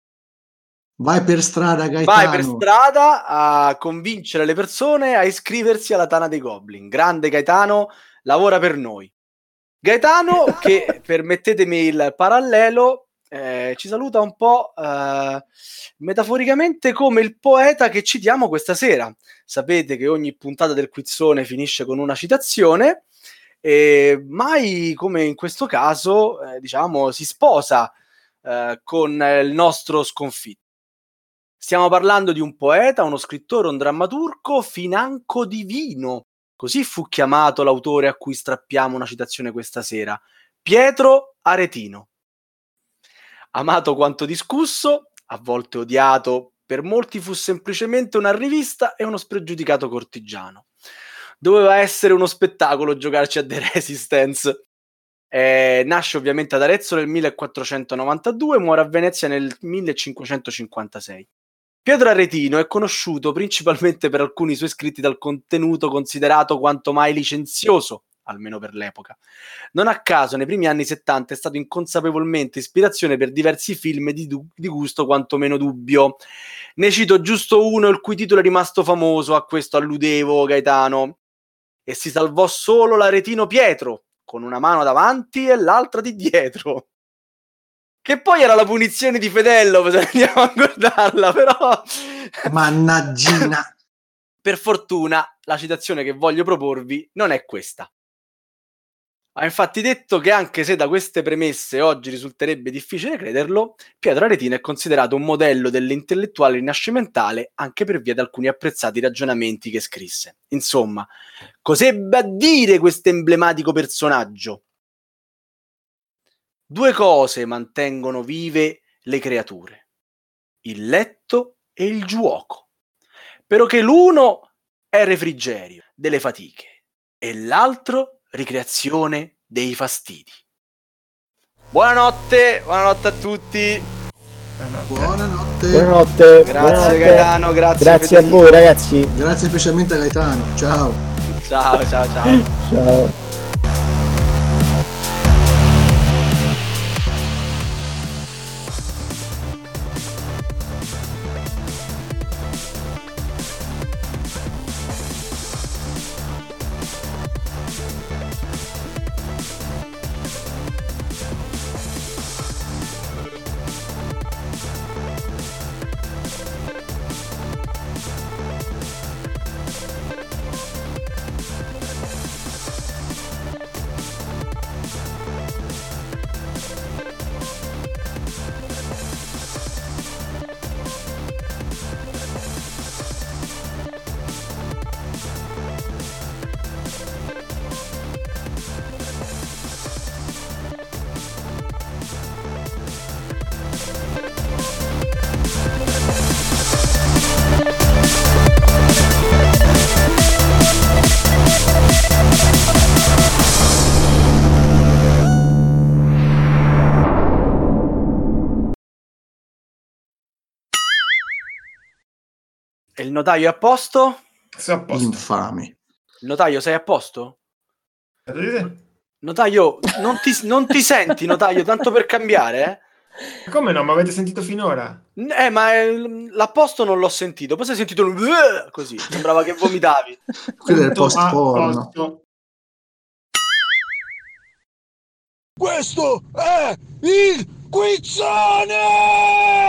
Vai per strada, Gaetano. Vai per strada a convincere le persone a iscriversi alla Tana dei Goblin. Grande Gaetano, lavora per noi. Gaetano, che permettetemi il parallelo, ci saluta un po' metaforicamente come il poeta che citiamo questa sera. Sapete che ogni puntata del Quizzone finisce con una citazione, e mai come in questo caso, diciamo, si sposa con il nostro sconfitto. Stiamo parlando di un poeta, uno scrittore, un drammaturgo financo divino. Così fu chiamato l'autore a cui strappiamo una citazione questa sera, Pietro Aretino. Amato quanto discusso, a volte odiato, per molti fu semplicemente una rivista e uno spregiudicato cortigiano. Doveva essere uno spettacolo giocarci a The Resistance. Nasce ovviamente ad Arezzo nel 1492 e muore a Venezia nel 1556. Pietro Aretino è conosciuto principalmente per alcuni suoi scritti dal contenuto considerato quanto mai licenzioso, almeno per l'epoca. Non a caso, nei primi anni 70 è stato inconsapevolmente ispirazione per diversi film di gusto quantomeno dubbio. Ne cito giusto uno il cui titolo è rimasto famoso, a questo alludevo, Gaetano. E si salvò solo l'Aretino Pietro, con una mano davanti e l'altra di dietro. Che poi era la punizione di Fedello, se andiamo a guardarla, però... Mannaggina! Per fortuna, la citazione che voglio proporvi non è questa. Ha infatti detto che anche se da queste premesse oggi risulterebbe difficile crederlo, Pietro Aretino è considerato un modello dell'intellettuale rinascimentale anche per via di alcuni apprezzati ragionamenti che scrisse. Insomma, cos'ebbe a dire questo emblematico personaggio? Due cose mantengono vive le creature, il letto e il giuoco, però che l'uno è refrigerio delle fatiche e l'altro ricreazione dei fastidi. Buonanotte a tutti. Buonanotte. Grazie Gaetano, grazie a voi ragazzi. Grazie specialmente a Gaetano. Ciao. Ciao. E il notaio è a posto? Sei a posto. Infami. Il notaio, sei a posto? Vedete? Notaio, non ti senti, notaio, tanto per cambiare, Come no? Ma avete sentito finora? Ma l'apposto non l'ho sentito. Poi hai sentito un così, sembrava che vomitavi. Quello è il post porno. Questo è il Quizzone!